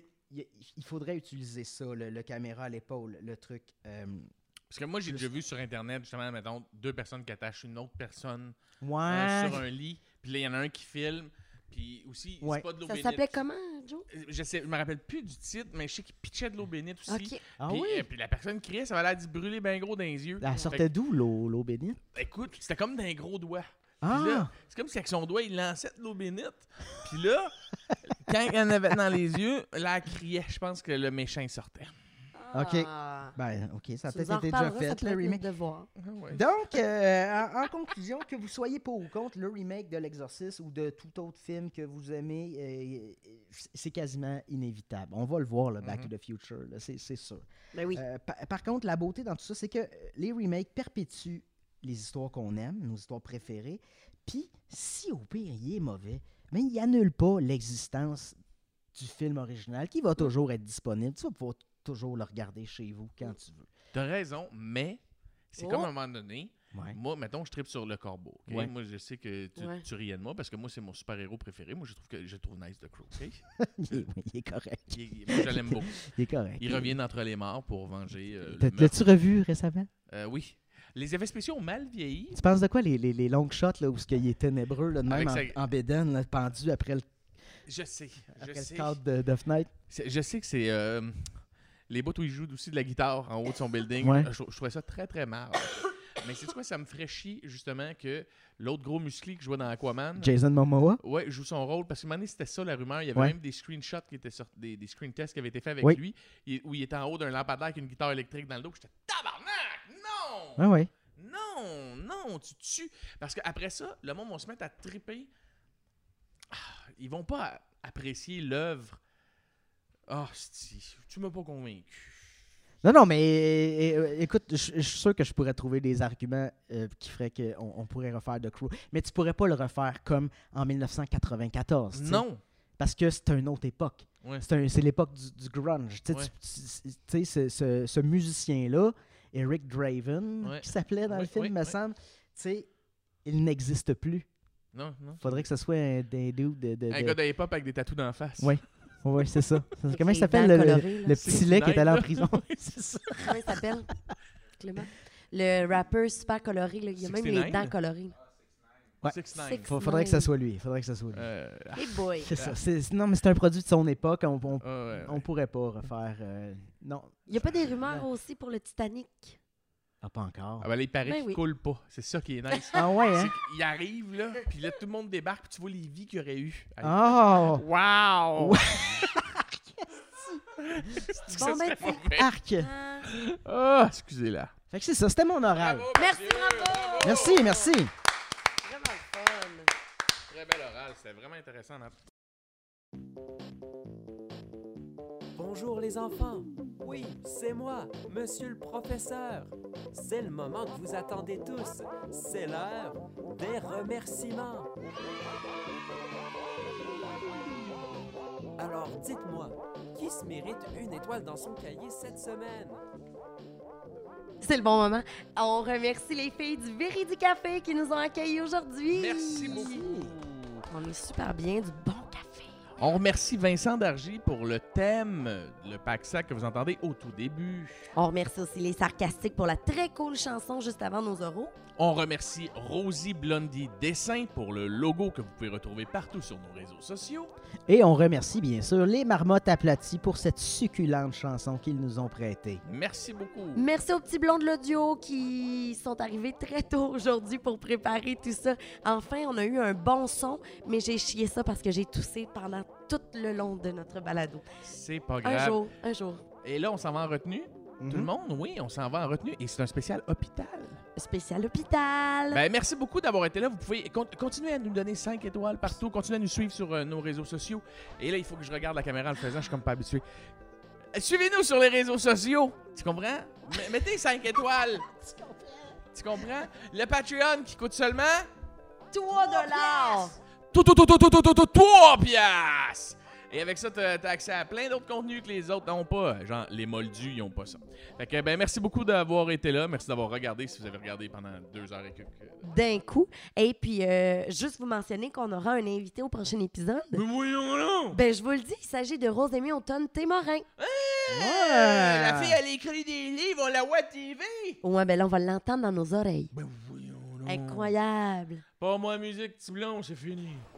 Speaker 2: Il faudrait utiliser ça, le caméra à l'épaule, le truc.
Speaker 1: Parce que moi, j'ai déjà vu sur Internet, justement, mettons, deux personnes qui attachent une autre personne sur
Speaker 2: Ouais.
Speaker 1: un lit. Puis là, il y en a un qui filme. Puis aussi,
Speaker 2: Ouais.
Speaker 1: c'est pas de l'eau
Speaker 3: Ça
Speaker 1: bénite.
Speaker 3: s'appelait comment, Joe?
Speaker 1: Je me rappelle plus du titre, mais je sais qu'il pitchait de l'eau bénite aussi.
Speaker 3: OK.
Speaker 2: Ah
Speaker 1: Puis,
Speaker 2: oui?
Speaker 1: puis la personne criait, ça avait l'air d'y brûler bien gros dans les yeux.
Speaker 2: Elle sortait d'où, l'eau bénite?
Speaker 1: Écoute, c'était comme d'un gros doigt.
Speaker 2: Ah!
Speaker 1: Puis là, c'est comme si avec son doigt, il lançait de l'eau bénite. Puis là, quand il en avait dans les yeux, là, elle criait. Je pense que le méchant il sortait.
Speaker 2: OK.
Speaker 3: Ah.
Speaker 2: Ben, OK, ça a
Speaker 3: Tu nous
Speaker 2: peut-être
Speaker 3: en
Speaker 2: été déjà
Speaker 3: reparleras, ça
Speaker 2: fait,
Speaker 3: pourrait
Speaker 2: le
Speaker 3: être
Speaker 2: remake.
Speaker 3: notre devoir.
Speaker 2: Donc, en conclusion, que vous soyez pour ou contre le remake de l'Exorciste ou de tout autre film que vous aimez, c'est quasiment inévitable. On va le voir, là, Back to the Future, là, c'est sûr.
Speaker 3: Ben oui.
Speaker 2: Par contre, la beauté dans tout ça, c'est que les remakes perpétuent les histoires qu'on aime, nos histoires préférées. Puis, si au pire, il est mauvais, mais il annule pas l'existence du film original qui va toujours être disponible. Tu vas pouvoir toujours le regarder chez vous quand tu veux.
Speaker 1: T'as raison, mais c'est comme à un moment donné.
Speaker 2: Ouais.
Speaker 1: Moi, mettons, je tripe sur le corbeau. Okay?
Speaker 2: Ouais.
Speaker 1: Moi, je sais que tu riais de moi parce que moi, c'est mon super-héros préféré. Moi, je trouve nice The Crow. Okay?
Speaker 2: il est correct.
Speaker 1: Moi, je l'aime beaucoup.
Speaker 2: Il est correct.
Speaker 1: Il revient d'entre les morts pour venger le
Speaker 2: L'as-tu
Speaker 1: meurtre.
Speaker 2: revu récemment?
Speaker 1: Oui. Les effets spéciaux ont mal vieilli.
Speaker 2: Tu penses de quoi, les long shots là, où il est ténébreux, là, de même
Speaker 1: Avec
Speaker 2: en bédaine, là, pendu après le
Speaker 1: Je sais.
Speaker 2: cadre de fenêtre?
Speaker 1: Je sais que c'est les bouts où il joue aussi de la guitare en haut de son building.
Speaker 2: Ouais.
Speaker 1: Je trouvais ça très, très marrant. Mais c'est quoi, ça me ferait chier, justement, que l'autre gros musclé que je vois dans Aquaman...
Speaker 2: Jason Momoa?
Speaker 1: Ouais, joue son rôle. Parce que un moment donné, c'était ça la rumeur. Il y avait
Speaker 2: Ouais.
Speaker 1: même des screenshots qui étaient sortis, des screen tests qui avaient été faits avec
Speaker 2: Oui.
Speaker 1: lui, où il était en haut d'un lampadaire avec une guitare électrique dans le dos. Puis j'étais tabarnak! Non!
Speaker 2: Ah ouais.
Speaker 1: Non, tu tues. Parce qu'après ça, le monde va se mettre à triper. Ils vont pas apprécier l'œuvre. Ah, tu m'as pas convaincu.
Speaker 2: Non, mais écoute, je suis sûr que je pourrais trouver des arguments qui feraient qu'on pourrait refaire The Crow. Mais tu pourrais pas le refaire comme en 1994. t'sais.
Speaker 1: Non!
Speaker 2: Parce que c'est une autre époque.
Speaker 1: Ouais.
Speaker 2: C'est l'époque du grunge. Tu sais, ce musicien-là, Eric Draven,
Speaker 1: Ouais.
Speaker 2: qui s'appelait dans le film, me
Speaker 1: ouais.
Speaker 2: semble, tu sais, il n'existe plus.
Speaker 1: Non.
Speaker 2: Faudrait que ce soit un dude de...
Speaker 1: Un gars de hip-hop avec des tatous d'en face.
Speaker 2: Ouais. Oui, c'est ça. Comment il
Speaker 3: Les
Speaker 2: s'appelle,
Speaker 3: dents
Speaker 2: le
Speaker 3: colorées, là.
Speaker 2: petit lait qui est allé en prison?
Speaker 1: C'est ça.
Speaker 3: Comment il s'appelle, Clément? Le rappeur super coloré, là. Il a même les
Speaker 1: 69?
Speaker 3: dents colorées.
Speaker 2: Ouais.
Speaker 1: 6ix9ine.
Speaker 3: Six-
Speaker 2: Faudrait que ce soit lui.
Speaker 3: Hey boy!
Speaker 2: C'est ça. Non, mais c'est un produit de son époque. On
Speaker 1: Ouais.
Speaker 2: pourrait pas refaire... non.
Speaker 3: Il n'y a pas des rumeurs aussi pour le Titanic?
Speaker 2: Ah, pas encore.
Speaker 1: Ah ben là, il paraît
Speaker 3: Ben
Speaker 1: qu'il
Speaker 3: oui.
Speaker 1: coule pas. C'est ça qui est nice.
Speaker 2: Ah ouais, hein?
Speaker 1: C'est qu'il arrive, là, puis là, tout le monde débarque, puis tu vois les vies qu'il y aurait eu.
Speaker 2: Oh!
Speaker 1: Wow!
Speaker 2: Ouais.
Speaker 3: Bon, ben, tu-
Speaker 2: Arc!
Speaker 3: Ah.
Speaker 1: Ah, excusez-la.
Speaker 2: Fait que c'est ça, c'était mon oral.
Speaker 3: Merci, bravo!
Speaker 2: Merci.
Speaker 3: Vraiment le fun.
Speaker 1: Très bel oral, c'était vraiment intéressant.
Speaker 4: Bonjour les enfants. Oui, c'est moi, monsieur le professeur. C'est le moment que vous attendez tous. C'est l'heure des remerciements. Alors dites-moi, qui se mérite une étoile dans son cahier cette semaine?
Speaker 3: C'est le bon moment. On remercie les filles du Véridi Café qui nous ont accueillis aujourd'hui.
Speaker 1: Merci beaucoup.
Speaker 3: On est super bien, du bon café.
Speaker 1: On remercie Vincent Dargy pour le thème, le pack-sac que vous entendez au tout début.
Speaker 3: On remercie aussi les Sarcastiques pour la très cool chanson juste avant nos oraux.
Speaker 1: On remercie Rosie Blondie Dessin pour le logo que vous pouvez retrouver partout sur nos réseaux sociaux.
Speaker 2: Et on remercie bien sûr les Marmottes Aplaties pour cette succulente chanson qu'ils nous ont prêtée.
Speaker 1: Merci beaucoup.
Speaker 3: Merci aux petits blonds de l'audio qui sont arrivés très tôt aujourd'hui pour préparer tout ça. Enfin, on a eu un bon son, mais j'ai chié ça parce que j'ai toussé pendant tout le long de notre balado.
Speaker 1: C'est pas grave.
Speaker 3: Un jour.
Speaker 1: Et là, on s'en va en retenue. Tout le monde, oui, on s'en va en retenue. Et c'est un spécial hôpital.
Speaker 3: Spécial hôpital.
Speaker 1: Ben, merci beaucoup d'avoir été là. Vous pouvez continuer à nous donner 5 étoiles partout. Continuez à nous suivre sur nos réseaux sociaux. Et là, il faut que je regarde la caméra en le faisant. Je suis comme pas habitué. Suivez-nous sur les réseaux sociaux. Tu comprends? Mettez 5 étoiles. Tu comprends? Le Patreon qui coûte seulement...
Speaker 3: 3 $.
Speaker 1: 3 piastres! Et avec ça, t'as accès à plein d'autres contenus que les autres n'ont pas. Genre, les moldus, ils n'ont pas ça. Fait que, ben, merci beaucoup d'avoir été là. Merci d'avoir regardé, si vous avez regardé pendant 2 heures et quelques.
Speaker 3: D'un coup. Et puis, juste vous mentionner qu'on aura un invité au prochain épisode.
Speaker 1: Mais voyons là!
Speaker 3: Ben, je vous le dis, il s'agit de Rosémie Automne-Témorin.
Speaker 1: La fille, elle écrit des livres, on la voit à TV!
Speaker 3: Ouais, ben là, on va l'entendre dans nos oreilles.
Speaker 1: Ben voyons là!
Speaker 3: Incroyable.
Speaker 1: Pas moi, musique, petit blond, c'est fini.